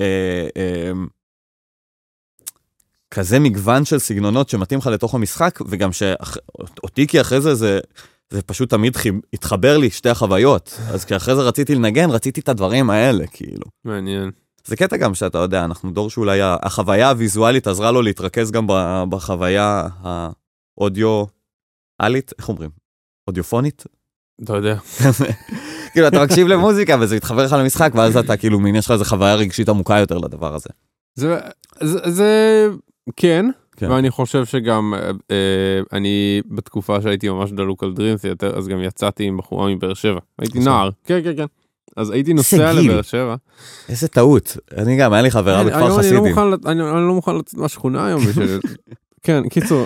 A: כזה מגוון של סגנונות שמתאים לך לתוך המשחק, וגם שאותי כי אחרי זה זה... זה פשוט תמיד התחבר לי שתי החוויות. אז כשאחרי זה רציתי לנגן, רציתי את הדברים האלה, כאילו.
B: מעניין.
A: זה קטע גם שאתה יודע, אנחנו דור שאולי החוויה הוויזואלית עזרה לו להתרכז גם בחוויה האודיו-אלית, איך אומרים? אודיופונית?
B: אתה יודע.
A: כאילו, אתה מקשיב למוזיקה וזה מתחבר לך למשחק, ואז אתה כאילו, מין יש לך איזו חוויה רגשית עמוקה יותר לדבר הזה.
B: זה, זה, זה, כן. כן. ואני חושב שגם, אה, אני בתקופה שהייתי ממש דלוק על דרים תיאטר, אז גם יצאתי עם בחורה מבאר שבע. הייתי נער, כן, כן, כן. אז הייתי נוסע לבאר שבע.
A: איזה טעות. אני גם, היה לי חברה בכפר חסידים.
B: אני לא מוכן לצאת מהשכונה היום. כן, קיצור.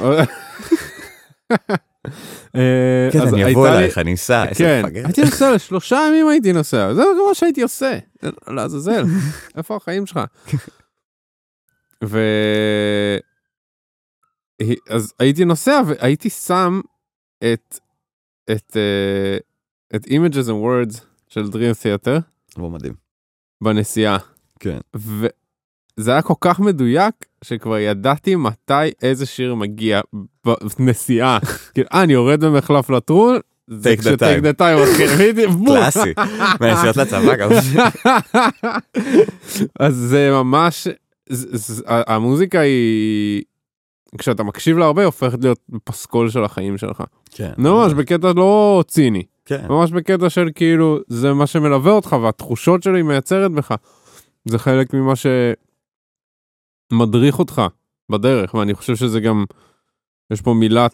A: כן, אני אבוא אלייך, אני אסע.
B: כן, הייתי נוסע לשלושה ימים הייתי נוסע. זה מה שהייתי עושה. לעזאזל. איפה החיים שלך? ו... אז הייתי נוסע והייתי שם את את את Images and Words של Dream Theater.
A: לא מדהים.
B: בנסיעה.
A: כן.
B: וזה היה כל כך מדויק שכבר ידעתי מתי איזה שיר מגיע בנסיעה. כאילו, אה, אני יורד במחלף לטרול, זה כשטייק דה טיים.
A: קלאסי. מהנסיעות לצבא גם.
B: אז זה ממש, המוזיקה היא... כשאתה מקשיב לה הרבה, הופכת להיות פסקול של החיים שלך.
A: כן.
B: ממש בקטע לא ציני.
A: כן.
B: ממש בקטע של כאילו, זה מה שמלווה אותך, והתחושות שלי מייצרת בך. זה חלק ממה שמדריך אותך בדרך, ואני חושב שזה גם, יש פה מילה,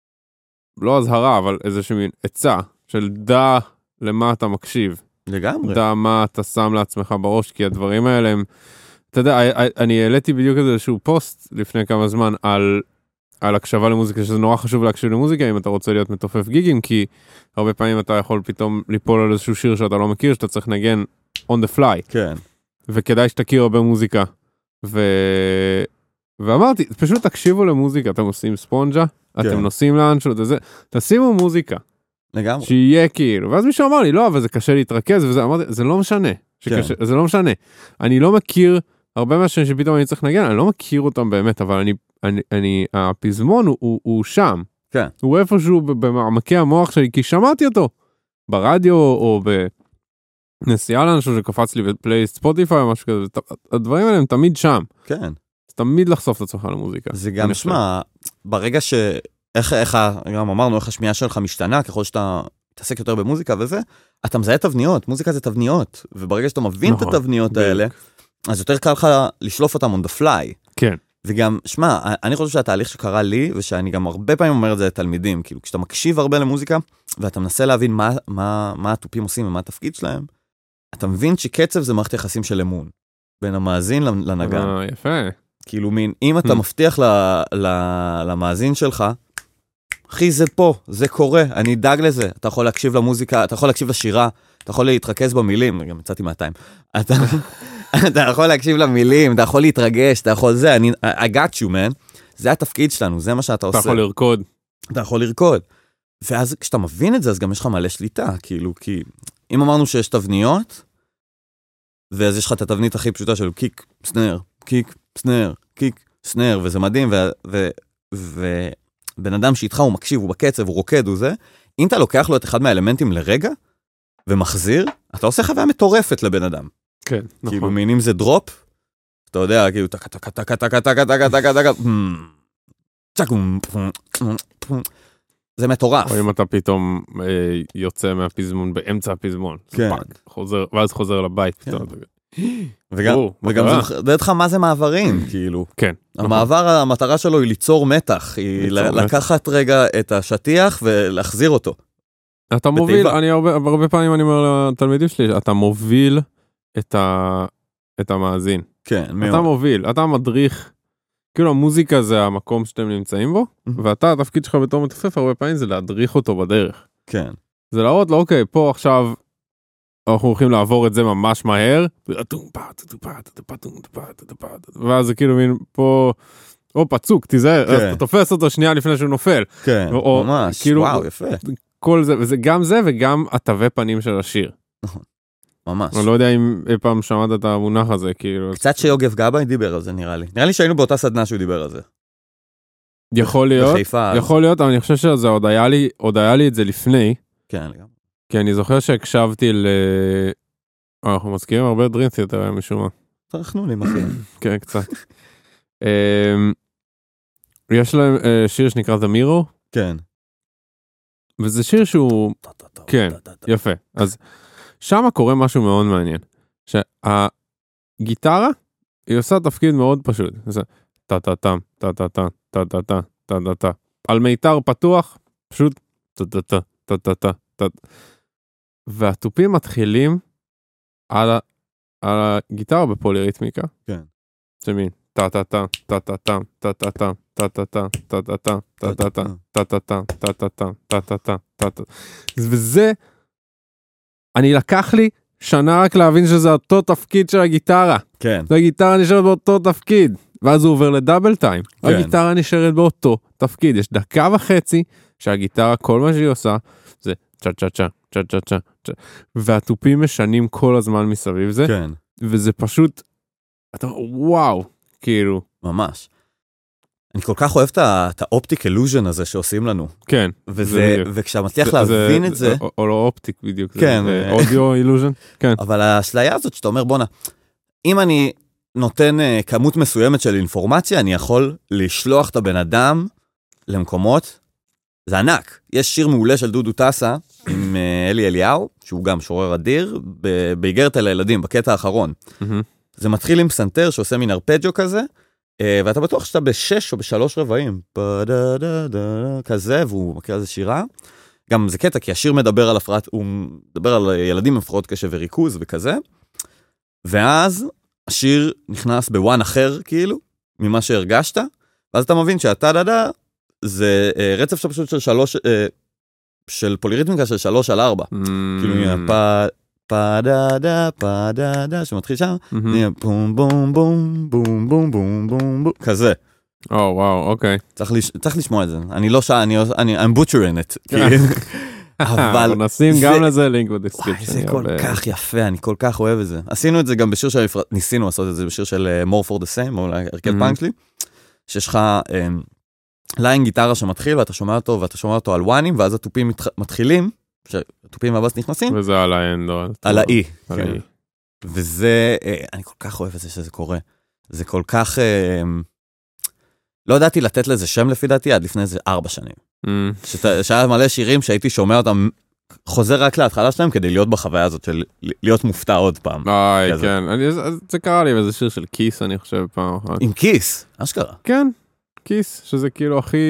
B: לא הזהרה, אבל איזושהי מין עצה, של דע למה אתה מקשיב.
A: לגמרי.
B: דע מה אתה שם לעצמך בראש, כי הדברים האלה הם... אתה יודע, אני העליתי בדיוק איזשהו פוסט לפני כמה זמן על, על הקשבה למוזיקה, שזה נורא חשוב להקשיב למוזיקה אם אתה רוצה להיות מתופף גיגים, כי הרבה פעמים אתה יכול פתאום ליפול על איזשהו שיר שאתה לא מכיר, שאתה צריך לנגן on the fly.
A: כן.
B: וכדאי שתכיר הרבה מוזיקה. ו... ואמרתי, פשוט תקשיבו למוזיקה, אתם עושים ספונג'ה, כן. אתם נוסעים לאנשהו, תשימו מוזיקה.
A: לגמרי.
B: שיהיה כאילו. ואז מישהו אמר לי, לא, אבל זה קשה להתרכז, וזה אמרתי, זה לא משנה. שקשה, כן. זה לא משנה. אני לא מכיר... הרבה מהשנים שפתאום אני צריך לנגן, אני לא מכיר אותם באמת, אבל אני, אני, אני, הפזמון הוא, הוא, הוא שם.
A: כן.
B: הוא איפשהו במעמקי המוח שלי, כי שמעתי אותו ברדיו, או בנסיעה לאנשהו שקפץ לי בפלייסט ספוטיפיי, או משהו כזה, הדברים האלה הם תמיד שם.
A: כן.
B: זה תמיד לחשוף את עצמך למוזיקה.
A: זה גם, שמע, ברגע ש... איך, איך, גם אמרנו, איך השמיעה שלך משתנה, ככל שאתה מתעסק יותר במוזיקה וזה, אתה מזהה תבניות, מוזיקה זה תבניות, וברגע שאתה מבין את התבניות האלה, אז יותר קל לך לשלוף אותם on the fly.
B: כן.
A: וגם, שמע, אני חושב שהתהליך שקרה לי, ושאני גם הרבה פעמים אומר את זה לתלמידים, כאילו, כשאתה מקשיב הרבה למוזיקה, ואתה מנסה להבין מה, מה, מה הטופים עושים ומה התפקיד שלהם, אתה מבין שקצב זה מערכת יחסים של אמון, בין המאזין לנגן.
B: אה, יפה.
A: כאילו, מין, אם אתה מבטיח ל, ל, למאזין שלך, אחי, זה פה, זה קורה, אני אדאג לזה, אתה יכול להקשיב למוזיקה, אתה יכול להקשיב לשירה, אתה יכול להתרכז במילים, גם יצאתי מהטיים, אתה... אתה יכול להקשיב למילים, אתה יכול להתרגש, אתה יכול זה, אני, I got you, man. זה התפקיד שלנו, זה מה שאתה עושה.
B: אתה יכול לרקוד.
A: אתה יכול לרקוד. ואז כשאתה מבין את זה, אז גם יש לך מלא שליטה, כאילו, כי אם אמרנו שיש תבניות, ואז יש לך את התבנית הכי פשוטה של קיק, סנר, קיק, סנר, קיק, סנר, וזה מדהים, ובן אדם שאיתך הוא מקשיב, הוא בקצב, הוא רוקד, הוא זה, אם אתה לוקח לו את אחד מהאלמנטים לרגע, ומחזיר, אתה עושה חוויה מטורפת לבן אדם.
B: כן, נכון.
A: כאילו מינים זה דרופ, אתה יודע, כאילו טקה טקה טקה טקה טקה טקה טקה טקה טקה זה מטורף.
B: או אם אתה פתאום אה, יוצא מהפזמון באמצע הפזמון.
A: כן.
B: פאק, חוזר, ואז חוזר לבית.
A: כן.
B: פתאום.
A: וגם,
B: או,
A: וגם זה מחדד לך מה זה מעברים, כאילו.
B: כן.
A: המעבר, נכון. המטרה שלו היא ליצור מתח, היא ליצור לקחת מתח. רגע את השטיח ולהחזיר אותו.
B: אתה מוביל, בטבע. אני הרבה, הרבה פעמים אני אומר לתלמידים שלי, אתה מוביל את, ה, את המאזין.
A: כן, מאוד.
B: אתה מוביל, אתה מדריך, כאילו המוזיקה זה המקום שאתם נמצאים בו, ואתה, התפקיד שלך בתור מתופף, הרבה פעמים זה להדריך אותו בדרך.
A: כן.
B: זה להראות לו, אוקיי, פה עכשיו, אנחנו הולכים לעבור את זה ממש מהר, ואז זה כאילו מין פה, או פצוק, תיזהר, אז אתה תופס אותו שנייה לפני שהוא נופל.
A: כן, ממש, וואו, יפה.
B: כל זה, וזה גם זה וגם התווי פנים של השיר.
A: נכון, ממש.
B: אני לא יודע אם אי פעם שמעת את המונח הזה, כאילו.
A: קצת שיוגב גבאי דיבר על זה, נראה לי. נראה לי שהיינו באותה סדנה שהוא דיבר על זה.
B: יכול להיות, יכול להיות, אבל אני חושב שזה עוד היה לי, עוד היה לי את זה לפני.
A: כן, לגמרי.
B: כי אני זוכר שהקשבתי ל... אנחנו מזכירים הרבה דרימס יותר היום משום מה.
A: תרחנו לי מחים.
B: כן, קצת. יש להם שיר שנקרא The Mirror.
A: כן.
B: וזה שיר שהוא... כן, יפה. אז שם קורה משהו מאוד מעניין. שהגיטרה, היא עושה תפקיד מאוד פשוט. זה טה-טה-טם, טה-טה-טם, טה-טה-טם, טה-טה-טם. על מיתר פתוח, פשוט טה-טה-טם, טה-טה-טם, טה-טה. והטופים מתחילים על, ה, על הגיטרה בפוליריתמיקה.
A: כן.
B: שמין, טה-טה-טם, טה-טה-טם, טה-טה-טם, טה-טה-טם, טה-טה-טם, טה-טה-טם, טה-טה-טם, טה-טה-טם, טה-טה-טם, טה-טה. וזה, אני לקח לי שנה רק להבין שזה אותו תפקיד של הגיטרה.
A: כן.
B: והגיטרה נשארת באותו תפקיד. ואז הוא עובר לדאבל טיים. הגיטרה נשארת באותו תפקיד. יש דקה וחצי שהגיטרה, כל מה שהיא עושה, זה צ'ה צ'ה צ'ה. צ'ה צ'ה צ'ה צ'ה, והטופים משנים כל הזמן מסביב זה,
A: כן.
B: וזה פשוט, אתה וואו, כאילו.
A: ממש. אני כל כך אוהב את האופטיק אלוז'ן הזה שעושים לנו.
B: כן.
A: וזה, וכשמצליח להבין את זה,
B: או לא אופטיק בדיוק,
A: כן.
B: אודיו אילוז'ן, כן.
A: אבל האשליה הזאת שאתה אומר, בונה, אם אני נותן כמות מסוימת של אינפורמציה, אני יכול לשלוח את הבן אדם למקומות, זה ענק. יש שיר מעולה של דודו טסה עם אלי אליהו, שהוא גם שורר אדיר, באיגרת על הילדים, בקטע האחרון. זה מתחיל עם פסנתר שעושה מין ארפג'ו כזה, ואתה בטוח שאתה בשש או בשלוש רבעים, כזה, והוא מכיר איזה שירה. גם זה קטע, כי השיר מדבר על הפרעת, הוא מדבר על ילדים עם הפרעות קשב וריכוז וכזה, ואז השיר נכנס בוואן אחר, כאילו, ממה שהרגשת, ואז אתה מבין שאתה דדה, זה רצף פשוט של שלוש, של פוליריתמיקה של שלוש על ארבע. כאילו, פה, פה דה דה, פה דה דה, שמתחיל שם, נהיה בום בום בום, בום בום בום בום בום, כזה.
B: או, וואו, אוקיי.
A: צריך לשמוע את זה. אני לא שעה, אני, I'm butchering it.
B: אבל נשים גם לזה לינק בדיסקריפשן.
A: וואי, זה כל כך יפה, אני כל כך אוהב את זה. עשינו את זה גם בשיר של, ניסינו לעשות את זה בשיר של More for the Same, או הרכב פאנק שלי, שיש לך ליין גיטרה שמתחיל, ואתה שומע אותו, ואתה שומע אותו על וואנים, ואז הטופים מתחילים, שהטופים מהבאס נכנסים.
B: וזה על האנד,
A: על האי. וזה, אני כל כך אוהב את זה שזה קורה. זה כל כך, לא ידעתי לתת לזה שם לפי דעתי, עד לפני איזה ארבע שנים. שהיה מלא שירים שהייתי שומע אותם, חוזר רק להתחלה שלהם, כדי להיות בחוויה הזאת, של להיות מופתע עוד פעם.
B: איי, כן. זה קרה לי באיזה שיר של כיס, אני חושב, פעם אחת.
A: עם כיס? אשכרה.
B: כן. כיס, שזה כאילו הכי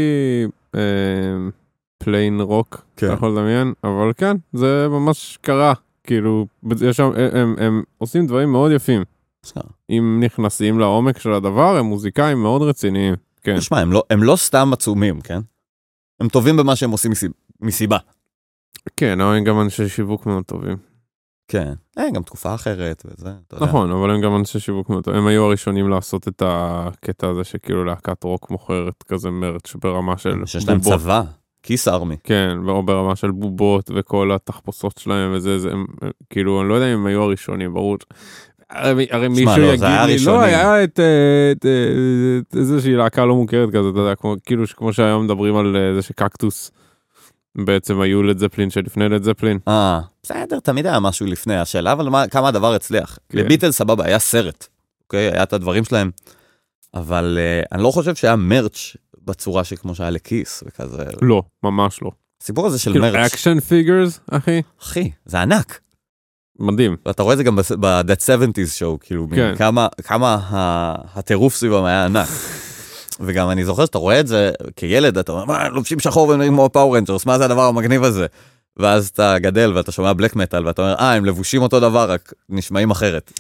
B: פליין רוק, אתה יכול לדמיין, אבל כן, זה ממש קרה, כאילו, הם עושים דברים מאוד יפים. אם נכנסים לעומק של הדבר, הם מוזיקאים מאוד רציניים.
A: תשמע, הם לא סתם עצומים, כן? הם טובים במה שהם עושים מסיבה.
B: כן, אבל הם גם אנשי שיווק מאוד טובים.
A: כן, גם תקופה אחרת וזה.
B: נכון, אבל הם גם אנשי שיווק מאוד טובים. הם היו הראשונים לעשות את הקטע הזה שכאילו להקת רוק מוכרת כזה מרץ ברמה של בובות.
A: שיש להם צבא, כיס ארמי.
B: כן, ברמה של בובות וכל התחפושות שלהם וזה, כאילו, אני לא יודע אם הם היו הראשונים, ברור. הרי מישהו יגיד לי, לא, היה את איזושהי להקה לא מוכרת כזה, אתה יודע, כאילו כמו שהיום מדברים על זה שקקטוס, בעצם היו לד זפלין שלפני לד זפלין.
A: אה, בסדר, תמיד היה משהו לפני השאלה, אבל כמה הדבר הצליח. לביטל סבבה, היה סרט, אוקיי? היה את הדברים שלהם, אבל אני לא חושב שהיה מרץ' בצורה שכמו שהיה לכיס וכזה.
B: לא, ממש לא.
A: הסיפור הזה של מרץ'.
B: אקשן פיגרס, אחי?
A: אחי, זה ענק.
B: מדהים.
A: ואתה רואה את זה גם ב-That seventies show, כאילו, כמה הטירוף סביבם היה ענק. וגם אני זוכר שאתה רואה את זה כילד, אתה אומר, מה, לובשים שחור ונראים כמו פאור רנג'רס, מה זה הדבר המגניב הזה? ואז אתה גדל ואתה שומע בלק מטל, ואתה אומר, אה, הם לבושים אותו דבר, רק נשמעים אחרת.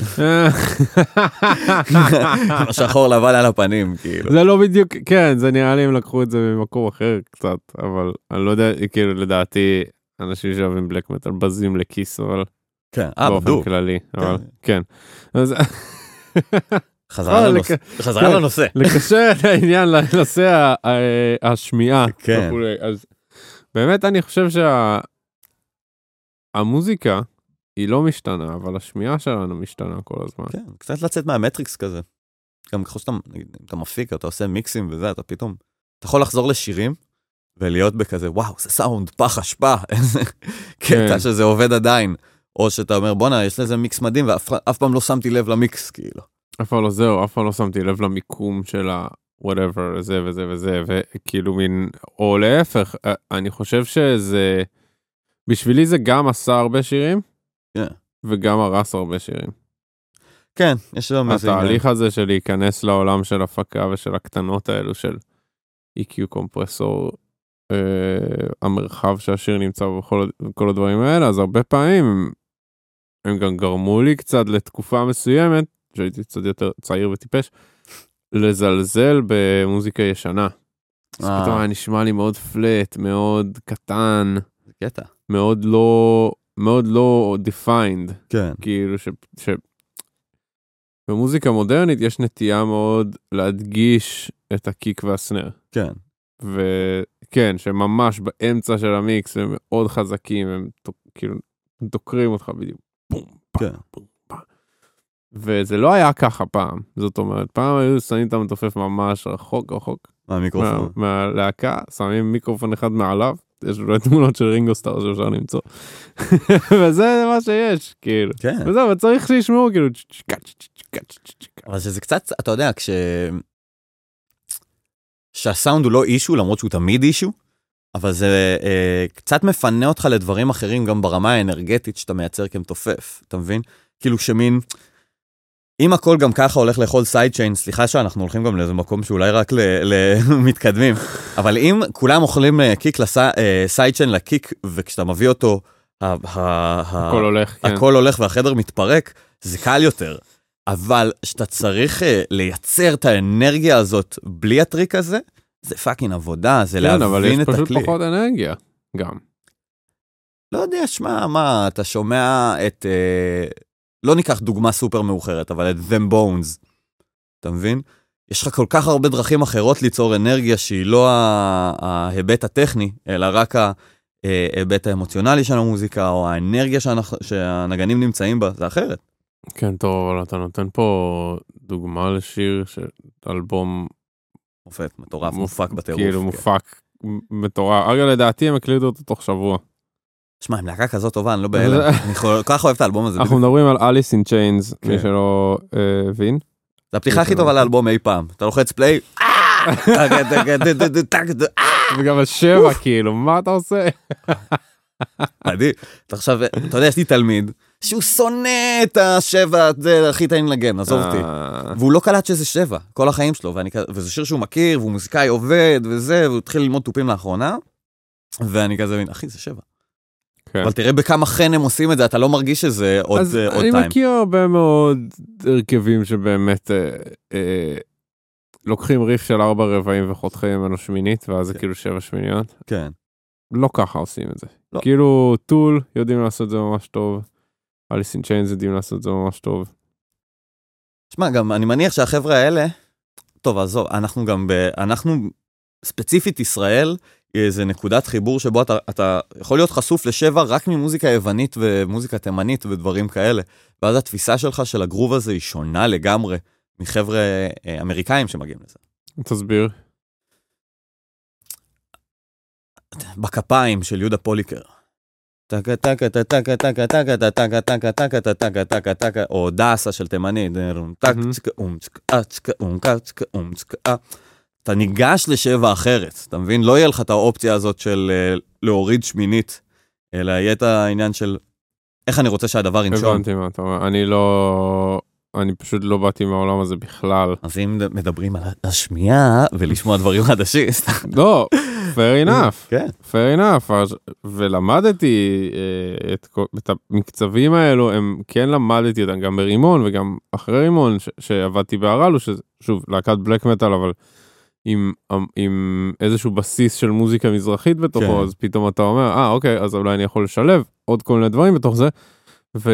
A: שחור לבן על הפנים, כאילו.
B: זה לא בדיוק, כן, זה נראה לי הם לקחו את זה במקום אחר קצת, אבל אני לא יודע, כאילו, לדעתי, אנשים שאוהבים בלק מטל בזים לכיס, אבל...
A: כן, אה, בדוק.
B: באופן כללי, אבל כן.
A: חזרה לנושא.
B: לקשר את העניין לנושא השמיעה.
A: כן.
B: אז באמת אני חושב שהמוזיקה היא לא משתנה, אבל השמיעה שלנו משתנה כל הזמן.
A: כן, קצת לצאת מהמטריקס כזה. גם ככל שאתה אתה מפיק, אתה עושה מיקסים וזה, אתה פתאום, אתה יכול לחזור לשירים, ולהיות בכזה, וואו, זה סאונד, פח, השפעה, איזה קטע שזה עובד עדיין. או שאתה אומר, בונה, יש לזה מיקס מדהים, ואף פעם לא שמתי לב למיקס, כאילו.
B: אף פעם לא זהו, אף פעם לא שמתי לב למיקום של ה-whatever, זה וזה וזה, וכאילו מין, או להפך, אני חושב שזה, בשבילי זה גם עשה הרבה שירים,
A: yeah.
B: וגם הרס הרבה שירים.
A: כן, יש לו מזה.
B: התהליך הזה של להיכנס לעולם של הפקה ושל הקטנות האלו של אי קיו קומפרסור, אה, המרחב שהשיר נמצא בכל הדברים האלה, אז הרבה פעמים הם גם גרמו לי קצת לתקופה מסוימת, שהייתי קצת יותר צעיר וטיפש, לזלזל במוזיקה ישנה. אז פתאום היה נשמע לי מאוד פלט, מאוד קטן,
A: קטע.
B: מאוד לא, מאוד לא defined.
A: כן.
B: כאילו ש... ש... במוזיקה מודרנית יש נטייה מאוד להדגיש את הקיק והסנר.
A: כן.
B: וכן, שממש באמצע של המיקס הם מאוד חזקים, הם כאילו דוקרים אותך בדיוק. בום,
A: כן.
B: בום, בום. וזה לא היה ככה פעם. זאת אומרת, פעם היו שמים את המתופף ממש רחוק רחוק.
A: מהמיקרופון.
B: מהלהקה, שמים מיקרופון אחד מעליו, יש לו תמונות של רינגו סטאר שאפשר למצוא. וזה מה שיש, כאילו.
A: כן.
B: וזהו, וצריך שישמעו, כאילו.
A: אבל שזה קצת, אתה יודע, כש... שהסאונד הוא לא אישו, למרות שהוא תמיד אישו, אבל זה אה, קצת מפנה אותך לדברים אחרים, גם ברמה האנרגטית שאתה מייצר כמתופף, אתה מבין? כאילו שמין, אם הכל גם ככה הולך לאכול סייד צ'יין, סליחה שאנחנו הולכים גם לאיזה מקום שאולי רק למתקדמים, אבל אם כולם אוכלים קיק לסייד צ'יין לקיק, וכשאתה מביא אותו,
B: הכל הולך, כן.
A: הכל הולך והחדר מתפרק, זה קל יותר. אבל שאתה צריך לייצר את האנרגיה הזאת בלי הטריק הזה, זה פאקינג עבודה, זה להבין את הכלי.
B: כן, אבל יש פשוט פחות אנרגיה, גם.
A: לא יודע, שמה, מה, אתה שומע את, לא ניקח דוגמה סופר מאוחרת, אבל את Them Bones, אתה מבין? יש לך כל כך הרבה דרכים אחרות ליצור אנרגיה שהיא לא ההיבט הטכני, אלא רק ההיבט האמוציונלי של המוזיקה, או האנרגיה שהנגנים נמצאים בה, זה אחרת.
B: כן, טוב, אבל אתה נותן פה דוגמה לשיר של אלבום
A: מופת, מטורף, מופק בטירוף.
B: כאילו מופק מטורף. אגב, לדעתי הם הקליטו אותו תוך שבוע.
A: שמע, עם להקה כזאת טובה, אני לא באלה. אני כל כך אוהב את האלבום הזה.
B: אנחנו מדברים על Alice in Chains, מי שלא הבין.
A: זה הפתיחה הכי טובה לאלבום אי פעם. אתה לוחץ פליי,
B: וגם השבע, כאילו, מה אתה עושה?
A: עדי, אתה עכשיו, אתה יודע, יש לי תלמיד, שהוא שונא את השבע, זה הכי טעים לגן, עזוב אותי. והוא לא קלט שזה שבע, כל החיים שלו, וזה שיר שהוא מכיר, והוא מוזיקאי עובד, וזה, והוא התחיל ללמוד טופים לאחרונה, ואני כזה מבין, אחי, זה שבע. אבל תראה בכמה חן הם עושים את זה, אתה לא מרגיש שזה עוד טיים.
B: אז אני מכיר הרבה מאוד הרכבים שבאמת לוקחים ריף של ארבע רבעים וחותכים ממנו שמינית, ואז זה כאילו שבע שמיניות.
A: כן.
B: לא ככה עושים את זה. כאילו טול יודעים לעשות את זה ממש טוב, Alice in Chains יודעים לעשות את זה ממש טוב.
A: שמע, גם אני מניח שהחבר'ה האלה, טוב, עזוב, אנחנו גם, ב, אנחנו ספציפית ישראל, איזה נקודת חיבור שבו אתה, אתה יכול להיות חשוף לשבע רק ממוזיקה יוונית ומוזיקה תימנית ודברים כאלה, ואז התפיסה שלך של הגרוב הזה היא שונה לגמרי מחבר'ה אמריקאים שמגיעים לזה.
B: תסביר.
A: בכפיים של יהודה פוליקר. טקה טקה טקה טקה טקה טקה טקה טקה טקה טקה טקה טקה או דאסה של תימני. טק צקה אום צקה צקה אום קה צקה אום צקה אתה ניגש לשבע אחרת, אתה מבין? לא יהיה לך את האופציה הזאת של להוריד שמינית, אלא יהיה את העניין של איך אני רוצה שהדבר ינשום.
B: הבנתי מה אתה אומר, אני לא, אני פשוט לא באתי מהעולם הזה בכלל.
A: אז אם מדברים על השמיעה ולשמוע דברים חדשים.
B: לא, fair enough,
A: כן.
B: fair enough, ולמדתי את, את המקצבים האלו, הם כן למדתי אותם גם ברימון וגם אחרי רימון, שעבדתי בהרלו, ששוב, להקת בלק מטל, אבל עם, עם איזשהו בסיס של מוזיקה מזרחית בתוכו, כן. אז פתאום אתה אומר, אה, אוקיי, אז אולי אני יכול לשלב עוד כל מיני דברים בתוך זה, ו...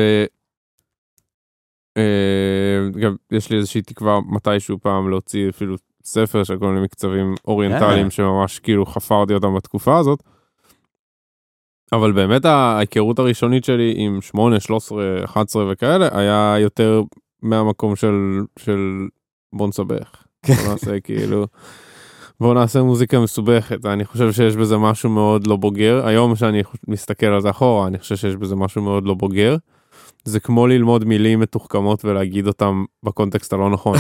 B: אה, גם יש לי איזושהי תקווה מתישהו פעם להוציא אפילו ספר של כל מיני מקצבים אוריינטליים, yeah. שממש כאילו חפרתי אותם בתקופה הזאת, אבל באמת ההיכרות הראשונית שלי עם שמונה, שלוש עשרה, אחת עשרה וכאלה, היה יותר מהמקום של, של בוא נסבך. בוא נעשה כאילו, בוא נעשה מוזיקה מסובכת. אני חושב שיש בזה משהו מאוד לא בוגר. היום שאני מסתכל על זה אחורה, אני חושב שיש בזה משהו מאוד לא בוגר. זה כמו ללמוד מילים מתוחכמות ולהגיד אותם בקונטקסט הלא נכון.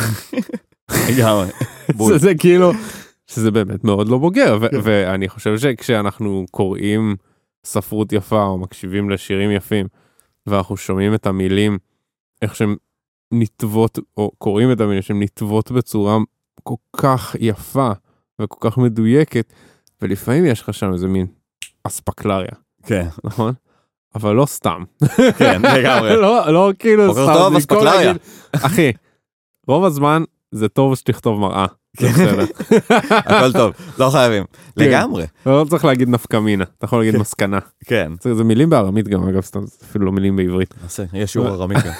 B: זה, זה כאילו, שזה באמת מאוד לא בוגר. ו- ואני חושב שכשאנחנו קוראים ספרות יפה או מקשיבים לשירים יפים, ואנחנו שומעים את המילים, איך שהם נטוות, או קוראים את המילים שהם נטוות בצורה כל כך יפה וכל כך מדויקת, ולפעמים יש לך שם איזה מין אספקלריה.
A: כן.
B: נכון? אבל לא סתם.
A: כן, לגמרי.
B: לא, לא כאילו סתם.
A: בוקר טוב, אספקלריה.
B: אחי, רוב הזמן זה טוב שתכתוב מראה.
A: הכל טוב, לא חייבים. לגמרי.
B: לא צריך להגיד נפקמינה, אתה יכול להגיד מסקנה.
A: כן.
B: זה מילים בארמית גם, אגב, אפילו לא מילים בעברית.
A: יש שיעור ארמית גם.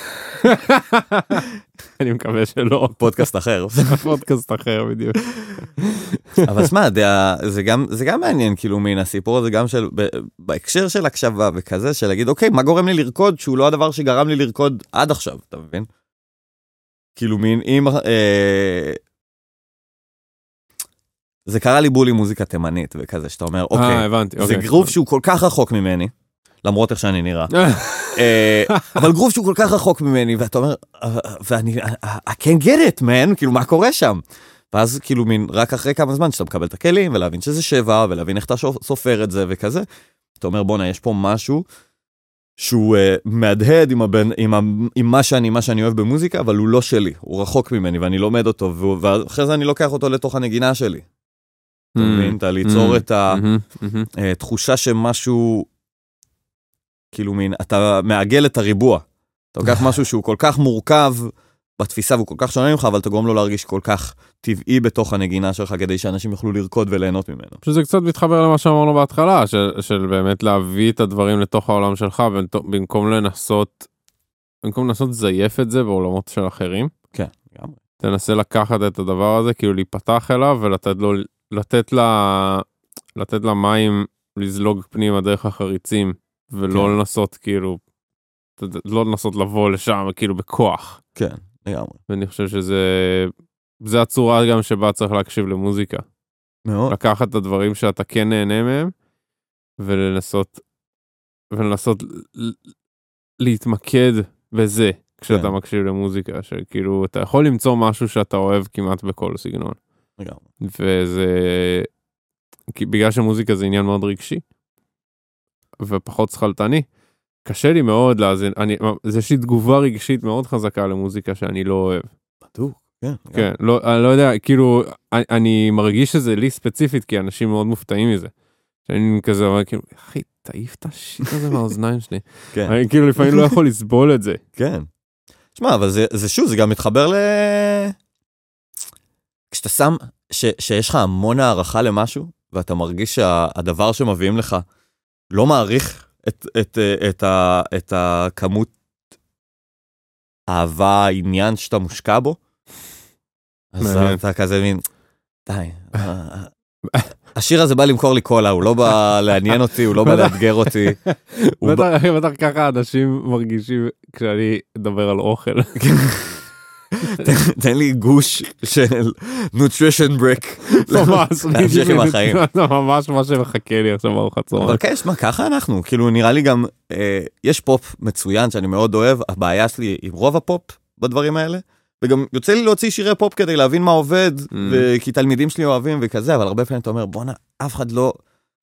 B: אני מקווה שלא.
A: פודקאסט אחר.
B: פודקאסט אחר בדיוק.
A: אבל שמע, זה גם מעניין כאילו מן הסיפור הזה, גם בהקשר של הקשבה וכזה, של להגיד, אוקיי, מה גורם לי לרקוד שהוא לא הדבר שגרם לי לרקוד עד עכשיו, אתה מבין? כאילו מין, אם... זה קרה לי בול עם מוזיקה תימנית וכזה, שאתה אומר, אוקיי, זה גרוב שהוא כל כך רחוק ממני, למרות איך שאני נראה, אבל גרוב שהוא כל כך רחוק ממני, ואתה אומר, ואני, I can't get it, man, כאילו, מה קורה שם? ואז כאילו מין, רק אחרי כמה זמן שאתה מקבל את הכלים, ולהבין שזה שבע, ולהבין איך אתה סופר את זה וכזה, אתה אומר, בונה, יש פה משהו שהוא מהדהד עם מה שאני, מה שאני אוהב במוזיקה, אבל הוא לא שלי, הוא רחוק ממני, ואני לומד אותו, ואחרי זה אני לוקח אותו לתוך הנגינה שלי. אתה מבין? אתה ליצור את התחושה שמשהו, כאילו מין, אתה מעגל את הריבוע. אתה לוקח משהו שהוא כל כך מורכב בתפיסה, והוא כל כך שונה ממך, אבל אתה גורם לו להרגיש כל כך טבעי בתוך הנגינה שלך, כדי שאנשים יוכלו לרקוד וליהנות ממנו.
B: שזה קצת מתחבר למה שאמרנו בהתחלה, של באמת להביא את הדברים לתוך העולם שלך, במקום לנסות, במקום לנסות לזייף את זה בעולמות של אחרים.
A: כן, גם.
B: תנסה לקחת את הדבר הזה, כאילו להיפתח אליו, ולתת לו, לתת לה, לתת לה מים לזלוג פנימה דרך החריצים, ולא לנסות כאילו, לא לנסות לבוא לשם כאילו בכוח.
A: כן, לגמרי.
B: ואני חושב שזה, זה הצורה גם שבה צריך להקשיב למוזיקה.
A: מאוד.
B: לקחת את הדברים שאתה כן נהנה מהם, ולנסות, ולנסות להתמקד בזה, כשאתה מקשיב למוזיקה, שכאילו, אתה יכול למצוא משהו שאתה אוהב כמעט בכל סגנון.
A: לגמרי.
B: וזה, בגלל שמוזיקה זה עניין מאוד רגשי, ופחות שכלתני, קשה לי מאוד להזין, אני, זה יש לי תגובה רגשית מאוד חזקה למוזיקה שאני לא אוהב.
A: בטוח, כן.
B: כן, לא, אני לא יודע, כאילו, אני, אני מרגיש שזה לי ספציפית, כי אנשים מאוד מופתעים מזה. שאני כזה אומר, כאילו, אחי, תעיף את השיט הזה מהאוזניים שלי. כן. אני כאילו לפעמים לא יכול לסבול את זה.
A: כן. תשמע, אבל זה, זה שוב, זה גם מתחבר ל... כשאתה שם, ש, שיש לך המון הערכה למשהו, ואתה מרגיש שהדבר שמביאים לך לא מעריך את, את, את, ה, את הכמות אהבה, העניין שאתה מושקע בו, אז אתה כזה מין, די, השיר הזה בא למכור לי קולה, הוא לא בא לעניין אותי, הוא לא בא לאתגר אותי.
B: בטח ככה אנשים מרגישים כשאני אדבר על אוכל.
A: תן לי גוש של nutrition break. להמשיך עם החיים.
B: זה ממש מה שמחכה לי עכשיו בארוחת צהריים.
A: אבל כן, מה, ככה אנחנו, כאילו נראה לי גם, יש פופ מצוין שאני מאוד אוהב, הבעיה שלי עם רוב הפופ בדברים האלה, וגם יוצא לי להוציא שירי פופ כדי להבין מה עובד, כי תלמידים שלי אוהבים וכזה, אבל הרבה פעמים אתה אומר, בוא'נה, אף אחד לא,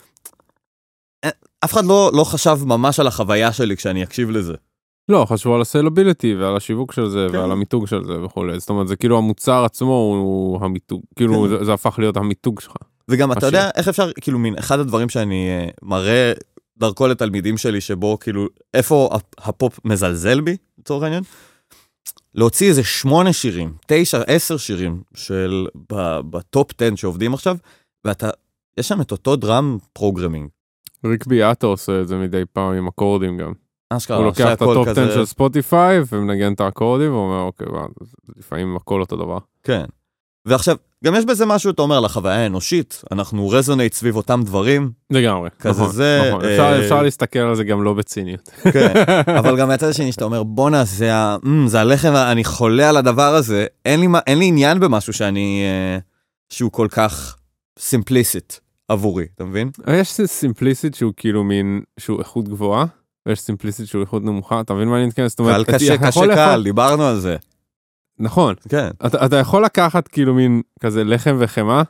A: אף אחד לא, לא חשב ממש על החוויה שלי כשאני אקשיב לזה.
B: לא, חשבו על הסלביליטי ועל השיווק של זה, ועל המיתוג של זה וכו'. זאת אומרת, זה כאילו המוצר עצמו הוא המיתוג, כאילו זה הפך להיות המיתוג שלך.
A: וגם אתה יודע איך אפשר, כאילו מין, אחד הדברים שאני מראה דרכו לתלמידים שלי, שבו כאילו, איפה הפופ מזלזל בי, לצורך העניין, להוציא איזה שמונה שירים, תשע, עשר שירים, של, בטופ עשר שעובדים עכשיו, ואתה, יש שם את אותו דראם פרוגרמינג.
B: ריק ביאטה עושה את זה מדי פעם עם אקורדים גם.
A: אשכרה,
B: הוא לוקח את הטופ עשר של ספוטיפיי, ומנגן את האקורדים, ואומר, אוקיי, לפעמים הכל אותו דבר.
A: כן. ועכשיו, גם יש בזה משהו, אתה אומר, לחוויה האנושית, אנחנו רזונייט סביב אותם דברים.
B: לגמרי,
A: כזה זה...
B: נכון, אפשר, אפשר להסתכל על זה גם לא בציניות.
A: כן, אבל גם מהצד השני שאתה אומר, בונה, זה, ה... זה הלחם, אני חולה על הדבר הזה, אין לי, אין לי עניין במשהו שאני, שהוא כל כך סימפליסט עבורי, אתה מבין?
B: יש סימפליסט שהוא כאילו מין, שהוא איכות גבוהה, ויש סימפליסט שהוא איכות נמוכה, אתה מבין מה אני מתכנס?
A: קל קשה קשה קל, דיברנו על זה.
B: נכון.
A: כן.
B: אתה, אתה יכול לקחת כאילו מין כזה לחם וחמה,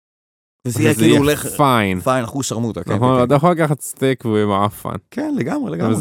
A: וזה יהיה כאילו לחם.
B: פיין.
A: פיין, אחוז שרמוטה. כן,
B: נכון,
A: כן.
B: אתה יכול לקחת סטייק והוא יהיה מעפן.
A: כן, לגמרי, לגמרי.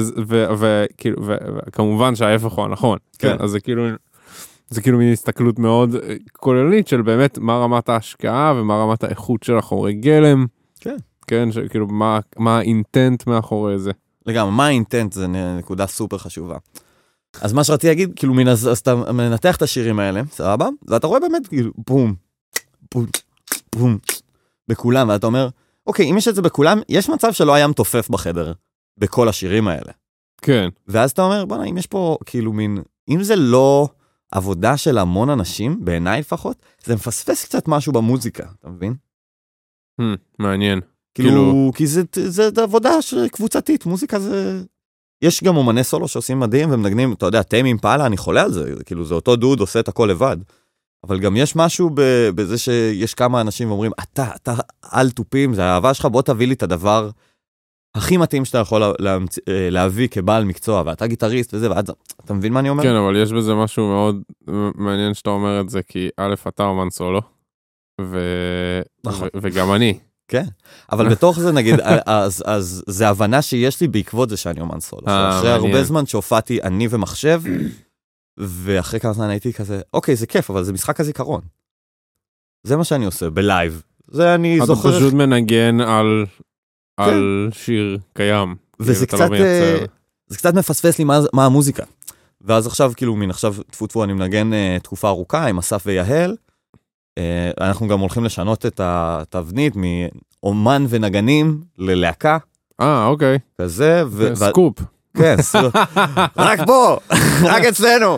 B: וכאילו, וכמובן שההפך הוא הנכון. כן. אז זה כאילו, זה כאילו מין הסתכלות מאוד כוללנית של באמת מה רמת ההשקעה ומה רמת האיכות של החומרי גלם.
A: כן.
B: כן, כאילו מה, מה האינטנט מאחורי זה.
A: לגמרי, מה האינטנט זה נקודה סופר חשובה. אז מה שרציתי להגיד, כאילו, מן, אז, אז אתה מנתח את השירים האלה, סבבה? ואתה רואה באמת, כאילו, בום, בום, בום, בכולם, ואתה אומר, אוקיי, אם יש את זה בכולם, יש מצב שלא היה מתופף בחדר, בכל השירים האלה.
B: כן.
A: ואז אתה אומר, בוא'נה, אם יש פה, כאילו, מין, אם זה לא עבודה של המון אנשים, בעיניי לפחות, זה מפספס קצת משהו במוזיקה, אתה מבין?
B: Hmm, מעניין.
A: כאילו, כאילו... כי זה, זה, זה עבודה קבוצתית, מוזיקה זה... יש גם אומני סולו שעושים מדהים ומנגנים, אתה יודע, טיימי אימפלה, אני חולה על זה, כאילו זה אותו דוד עושה את הכל לבד. אבל גם יש משהו בזה שיש כמה אנשים ואומרים, אתה, אתה על טופים, זה האהבה שלך, בוא תביא לי את הדבר הכי מתאים שאתה יכול להמצ... להביא כבעל מקצוע, ואתה גיטריסט וזה, ואז, אתה מבין מה אני אומר?
B: כן, אבל יש בזה משהו מאוד מעניין שאתה אומר את זה, כי א', אתה אומן סולו, ו... ו... וגם אני.
A: כן, אבל בתוך זה נגיד, אז, אז זה הבנה שיש לי בעקבות זה שאני אומן סולו. אחרי הרבה זמן שהופעתי אני ומחשב, ואחרי כמה זמן הייתי כזה, אוקיי, זה כיף, אבל זה משחק הזיכרון. זה מה שאני עושה, בלייב. זה אני זוכר...
B: אתה פשוט מנגן על, על שיר קיים.
A: וזה קצת, זה קצת מפספס לי מה, מה המוזיקה. ואז עכשיו, כאילו, מן עכשיו, תפו תפו, אני מנגן תקופה ארוכה עם אסף ויהל, אנחנו גם הולכים לשנות את התבנית מאומן ונגנים ללהקה.
B: אה, אוקיי.
A: כזה.
B: סקופ.
A: כן, רק פה, רק אצלנו.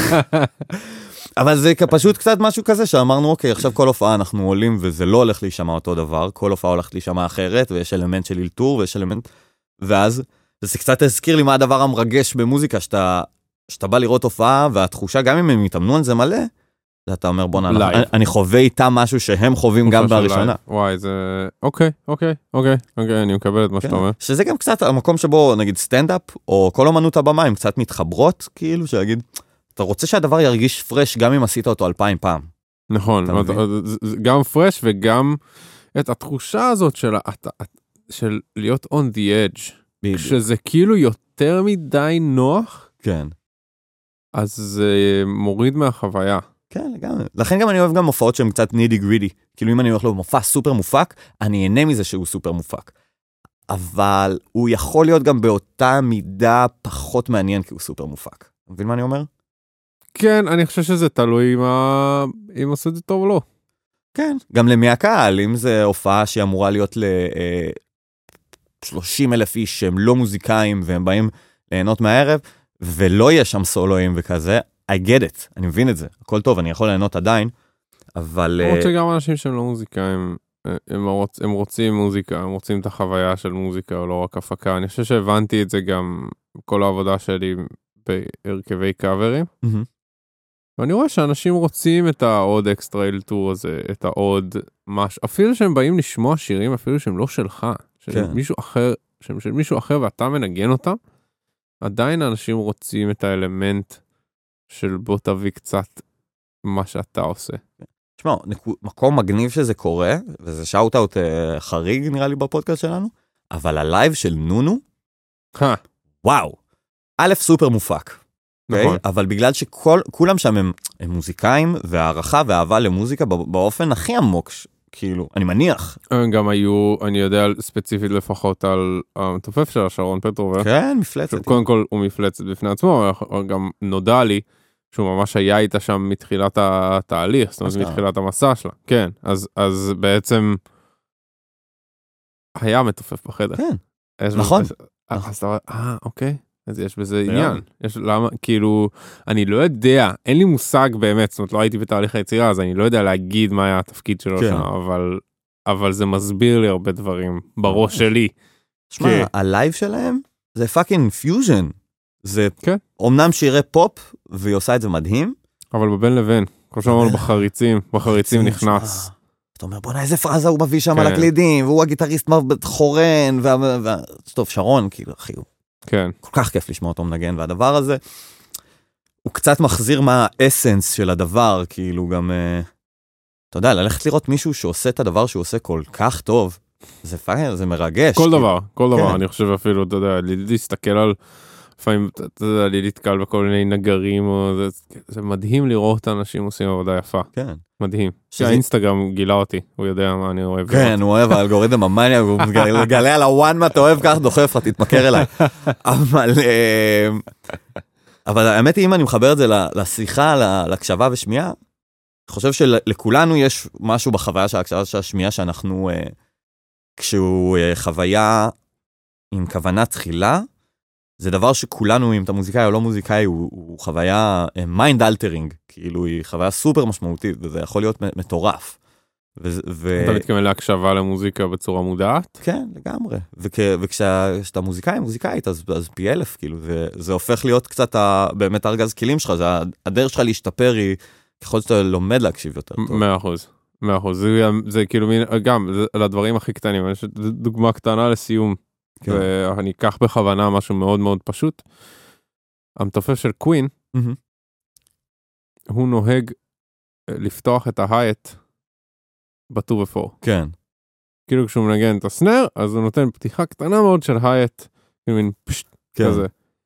A: אבל זה פשוט קצת משהו כזה שאמרנו, אוקיי, עכשיו כל הופעה אנחנו עולים וזה לא הולך להישמע אותו דבר, כל הופעה הולכת להישמע אחרת, ויש אלמנט של אלתור ויש אלמנט... ואז זה קצת הזכיר לי מה הדבר המרגש במוזיקה, שאתה, שאתה בא לראות הופעה, והתחושה, גם אם הם יתאמנו על זה מלא, אתה אומר, בוא נע, אני, אני חווה איתם משהו שהם חווים גם בראשונה.
B: וואי, זה... אוקיי, אוקיי, אוקיי, אוקיי, אני מקבל את מה שאתה אומר.
A: שזה גם קצת המקום שבו, נגיד, סטנדאפ, או כל אומנות הבמה, הם קצת מתחברות, כאילו, שיגיד, אתה רוצה שהדבר ירגיש פרש גם אם עשית אותו אלפיים פעם.
B: נכון, גם פרש וגם את התחושה הזאת של, של להיות on the edge, שזה כאילו יותר מדי נוח,
A: כן.
B: אז זה מוריד מהחוויה.
A: כן, לגמרי. לכן גם אני אוהב גם מופעות שהן קצת נידי גרידי. כאילו אם אני הולך לו מופע סופר מופק, אני אהנה מזה שהוא סופר מופק. אבל הוא יכול להיות גם באותה מידה פחות מעניין כי הוא סופר מופק. מבין מה אני אומר?
B: כן, אני חושב שזה תלוי מה... אם עושה את זה טוב או לא.
A: כן, גם למי הקהל, אם זה הופעה שהיא אמורה להיות ל-שלושים אלף איש שהם לא מוזיקאים והם באים ליהנות מהערב, ולא יש שם סולואים וכזה, I get it, אני מבין את זה, הכל טוב, אני יכול ליהנות עדיין, אבל...
B: אני רוצה גם אנשים שהם לא מוזיקאים, הם, רוצ, הם רוצים מוזיקה, הם רוצים את החוויה של מוזיקה, או לא רק הפקה, אני חושב שהבנתי את זה גם כל העבודה שלי בהרכבי קאברים, mm-hmm. ואני רואה שאנשים רוצים את העוד אקסטרה אלתור הזה, את העוד מש... אפילו שהם באים לשמוע שירים, אפילו שהם לא שלך, של כן. מישהו אחר, שהם של מישהו אחר ואתה מנגן אותם, עדיין האנשים רוצים את האלמנט של בוא תביא קצת מה שאתה עושה.
A: תשמע, מקום מגניב שזה קורה, וזה שאוט-אוט חריג נראה לי בפודקאסט שלנו, אבל הלייב של נונו, וואו, א' סופר מופק. נכון. אבל בגלל שכולם שם הם מוזיקאים, והערכה והאהבה למוזיקה באופן הכי עמוק, כאילו, אני מניח.
B: גם היו, אני יודע ספציפית לפחות על המתופף של שרון פטרובר.
A: כן, מפלצת.
B: קודם כל הוא מפלצת בפני עצמו, גם נודע לי שהוא ממש היה איתה שם מתחילת התהליך, זאת אומרת מתחילת המסע שלה. כן, אז, אז בעצם היה מתופף בחדר.
A: כן, נכון.
B: אז אתה אומר, אה, אוקיי. אז יש בזה עניין. יש, למה, כאילו, אני לא יודע, אין לי מושג באמת, זאת אומרת, לא הייתי בתהליך היצירה, אז אני לא יודע להגיד מה היה התפקיד שלו שם, אבל, אבל זה מסביר לי הרבה דברים בראש שלי.
A: תשמע, הלייב שלהם זה פאקינג פיוז'ן. זה אומנם שירי פופ, והיא עושה את זה מדהים.
B: אבל בבין לבין, כמו שאמרנו, בחריצים, בחריצים נכנס.
A: אתה אומר, בוא נה, איזה פרזה הוא מביא שם על הקלידים, והוא הגיטריסט חורן, טוב, שרון, כאילו, אחי,
B: כן.
A: כל כך כיף לשמוע אותו מנגן, והדבר הזה, הוא קצת מחזיר מה האסנס של הדבר, כאילו גם, אתה יודע, ללכת לראות מישהו שעושה את הדבר שהוא עושה כל כך טוב, זה פייר, זה מרגש.
B: כל דבר, כל דבר, אני חושב אפילו, אתה יודע, להסתכל על, לפעמים, אתה יודע, להתקל בכל מיני נגרים, זה מדהים לראות אנשים עושים עבודה יפה.
A: כן.
B: מדהים. שהאינסטגרם גילה אותי, הוא יודע מה אני אוהב.
A: כן, הוא אוהב האלגוריתם המניה, הוא מגלה על הוואן מה אתה אוהב כך, דוחף, תתמכר אליי. אבל, אבל האמת היא, אם אני מחבר את זה לשיחה, להקשבה ושמיעה, אני חושב שלכולנו יש משהו בחוויה של ההקשבה של השמיעה, שאנחנו, כשהוא חוויה עם כוונה תחילה, זה דבר שכולנו, אם אתה מוזיקאי או לא מוזיקאי, הוא, הוא חוויה מיינד אלטרינג, כאילו היא חוויה סופר משמעותית, וזה יכול להיות מטורף. ו, ו...
B: אתה מתכוון להקשבה למוזיקה בצורה מודעת?
A: כן, לגמרי. וכ, וכשאתה מוזיקאי, מוזיקאית, אז, אז פי אלף, כאילו, זה, זה הופך להיות קצת ה, באמת ארגז כלים שלך, זה, הדרך שלך להשתפר היא, ככל שאתה לומד להקשיב יותר טוב.
B: מאה אחוז, מאה אחוז. זה, זה כאילו, גם, זה, לדברים הכי קטנים, יש דוגמה קטנה לסיום. כן. ואני אקח בכוונה משהו מאוד מאוד פשוט. המתופף של קווין, mm-hmm. הוא נוהג לפתוח את ההייט בטו ופור.
A: כן.
B: כאילו כשהוא מנגן את הסנר, אז הוא נותן פתיחה קטנה מאוד של הייט, כאילו מין פשט כן. כזה.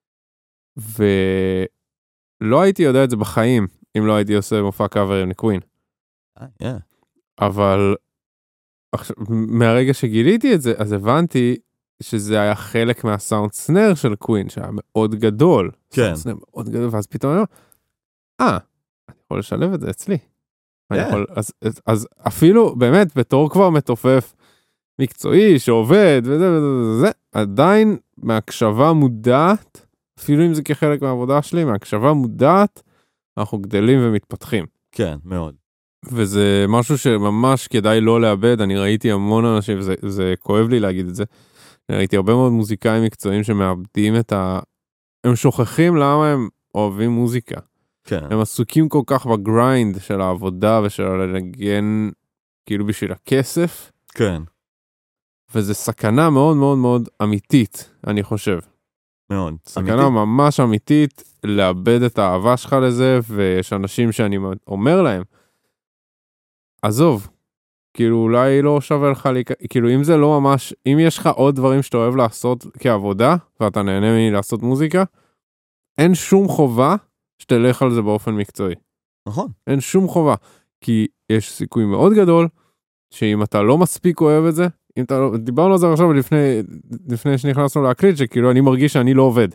B: ולא הייתי יודע את זה בחיים, אם לא הייתי עושה מופע קאברים לקווין.
A: אה, yeah.
B: אבל עכשיו, מהרגע שגיליתי את זה, אז הבנתי שזה היה חלק מהסאונד סנר של קווין, שהיה מאוד גדול.
A: כן.
B: סנר מאוד גדול, ואז פתאום אני אומר, אה, אני יכול לשלב את זה אצלי. אני יכול, אז, אז אפילו, באמת, בתור כבר מתופף מקצועי, שעובד, וזה וזה וזה, עדיין מהקשבה מודעת, אפילו אם זה כחלק מהעבודה שלי, מהקשבה מודעת, אנחנו גדלים ומתפתחים.
A: כן, מאוד.
B: וזה משהו שממש כדאי לא לאבד, אני ראיתי המון אנשים, וזה, זה כואב לי להגיד את זה, ראיתי הרבה מאוד מוזיקאים מקצועיים שמאבדים את ה... הם שוכחים למה הם אוהבים מוזיקה.
A: כן.
B: הם עסוקים כל כך בגריינד של העבודה ושל הלנגן כאילו בשביל הכסף.
A: כן.
B: וזה סכנה מאוד מאוד מאוד אמיתית, אני חושב.
A: מאוד.
B: סכנה אמיתית? ממש אמיתית לאבד את האהבה שלך לזה, ויש אנשים שאני אומר להם, עזוב, כאילו אולי לא שווה לך, כאילו אם זה לא ממש, אם יש לך עוד דברים שאתה אוהב לעשות כעבודה, ואתה נהנה מלעשות מוזיקה, אין שום חובה שתלך על זה באופן מקצועי.
A: נכון.
B: אין שום חובה, כי יש סיכוי מאוד גדול, שאם אתה לא מספיק אוהב את זה, אם אתה לא, דיברנו על זה עכשיו לפני, לפני שנכנסנו להקליט, שכאילו אני מרגיש שאני לא עובד.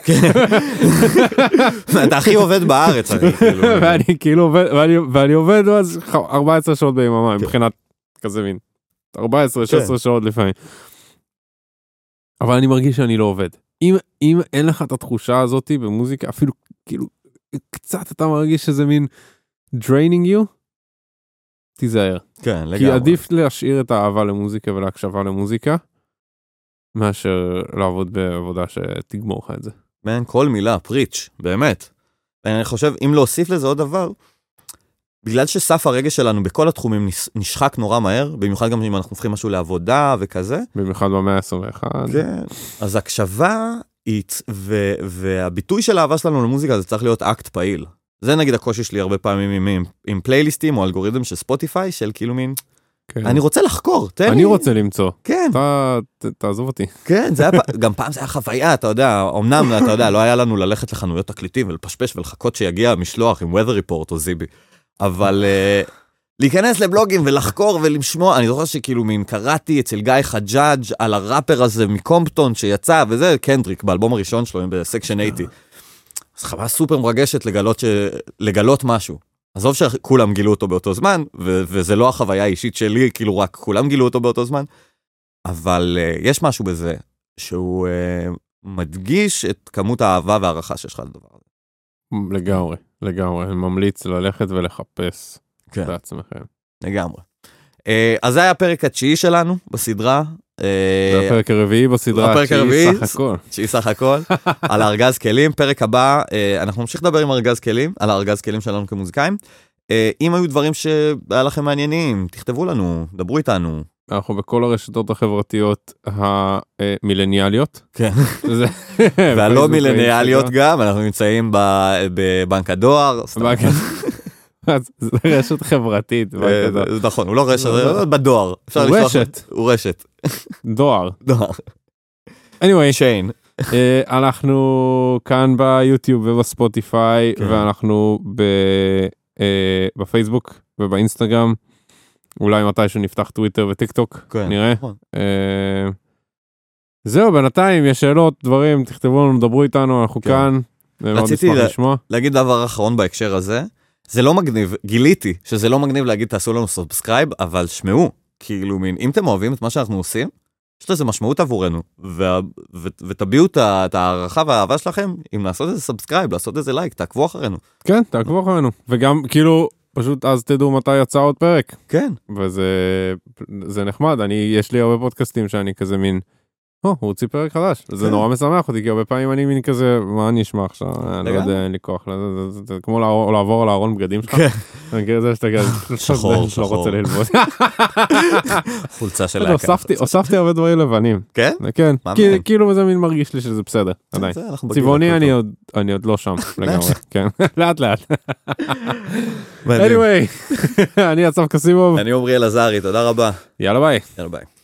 A: אתה הכי עובד בארץ.
B: ואני כאילו עובד, ואני עובד ארבע עשרה שעות ביממה, מבחינת כזה מין, ארבע עשרה שש עשרה שעות לפעמים. אבל אני מרגיש שאני לא עובד. אם, אם אין לך את התחושה הזאת במוזיקה, אפילו כאילו קצת אתה מרגיש שזה מין draining you, תיזהר.
A: כן, לגמרי.
B: כי עדיף להשאיר את האהבה למוזיקה ולהקשבה למוזיקה, מאשר לעבוד בעבודה שתגמור לך את זה.
A: בין כל מילה, פריץ', באמת. אני חושב, אם להוסיף לזה עוד דבר, בגלל שסף הרגש שלנו בכל התחומים נשחק נורא מהר, במיוחד גם אם אנחנו הופכים משהו לעבודה וכזה.
B: במיוחד במאה ה-עשרים ואחת.
A: כן. אז הקשבה, ו- והביטוי של האהבה שלנו למוזיקה, זה צריך להיות אקט פעיל. זה נגיד הקושי שלי הרבה פעמים עם, עם, עם פלייליסטים או אלגוריתם של ספוטיפיי, של כאילו מין, כן. אני רוצה לחקור, תן
B: אני לי... רוצה למצוא.
A: כן.
B: אתה, ת, תעזוב אותי.
A: כן, זה היה, גם פעם זה היה חוויה, אתה יודע, אמנם, אתה יודע, לא היה לנו ללכת לחנויות תקליטים ולפשפש ולחכות שיגיע משלוח עם weather report או זיבי, אבל uh, להיכנס לבלוגים ולחקור ולשמוע, אני זוכר שכאילו מין קראתי אצל גיא חג'אג' על הראפר הזה מקומפטון שיצא, וזה קנדריק, באלבום הראשון שלו, בסקשן שמונים. אז חוויה סופר מרגשת לגלות, ש... לגלות משהו. עזוב שכולם גילו אותו באותו זמן, ו- וזה לא החוויה האישית שלי, כאילו רק כולם גילו אותו באותו זמן, אבל uh, יש משהו בזה, שהוא uh, מדגיש את כמות האהבה והערכה שיש לך לדבר הזה.
B: לגמרי, לגמרי. אני ממליץ ללכת ולחפש כן. בעצמכם.
A: לגמרי. Uh, אז זה היה הפרק התשיעי שלנו בסדרה.
B: זה הפרק הרביעי בסדרה, תשיעי סך הכל.
A: תשיעי סך הכל, על הארגז כלים. פרק הבא, אנחנו נמשיך לדבר עם ארגז כלים, על הארגז כלים שלנו כמוזיקאים. אם היו דברים שהיה לכם מעניינים, תכתבו לנו, דברו איתנו.
B: אנחנו בכל הרשתות החברתיות המילניאליות.
A: כן. והלא מילניאליות גם, אנחנו נמצאים בבנק הדואר.
B: זה רשת חברתית.
A: נכון, הוא לא רשת, בדואר.
B: הוא רשת.
A: הוא רשת.
B: דואר.
A: דואר.
B: anyway,
A: שיין.
B: אנחנו כאן ביוטיוב ובספוטיפיי, ואנחנו בפייסבוק ובאינסטגרם. אולי מתישהו נפתח טוויטר וטיק טוק, נראה. זהו, בינתיים יש שאלות, דברים, תכתבו לנו, דברו איתנו, אנחנו כאן.
A: רציתי להגיד דבר אחרון בהקשר הזה. זה לא מגניב, גיליתי שזה לא מגניב להגיד תעשו לנו סאבסקרייב, אבל שמעו, כאילו מין, אם אתם אוהבים את מה שאנחנו עושים, יש לזה משמעות עבורנו, ו- ו- ותביאו את הערכה והאהבה שלכם, אם לעשות איזה סאבסקרייב, לעשות איזה לייק, תעקבו אחרינו.
B: כן, תעקבו אחרינו, וגם כאילו, פשוט אז תדעו מתי יצא עוד פרק.
A: כן.
B: וזה זה נחמד, אני, יש לי הרבה פודקאסטים שאני כזה מין, או, הוא הוציא פרק חדש, זה נורא משמח אותי, כי הרבה פעמים אני מין כזה, מה אני אשמע עכשיו, אני לא יודע, אין לי כוח, זה כמו לעבור על הארון בגדים שלך, אני מכיר את זה שאתה כזה,
A: שחור, שחור,
B: לא רוצה ללבוד.
A: חולצה של להקה.
B: הוספתי הרבה דברים לבנים.
A: כן?
B: כן, כאילו זה מין מרגיש לי שזה בסדר, עדיין. צבעוני אני עוד לא שם, לגמרי, כן, לאט לאט. anyway, אני אסף קסימוב.
A: אני עומרי אלעזרי, תודה רבה.
B: יאללה ביי.
A: יאללה ביי.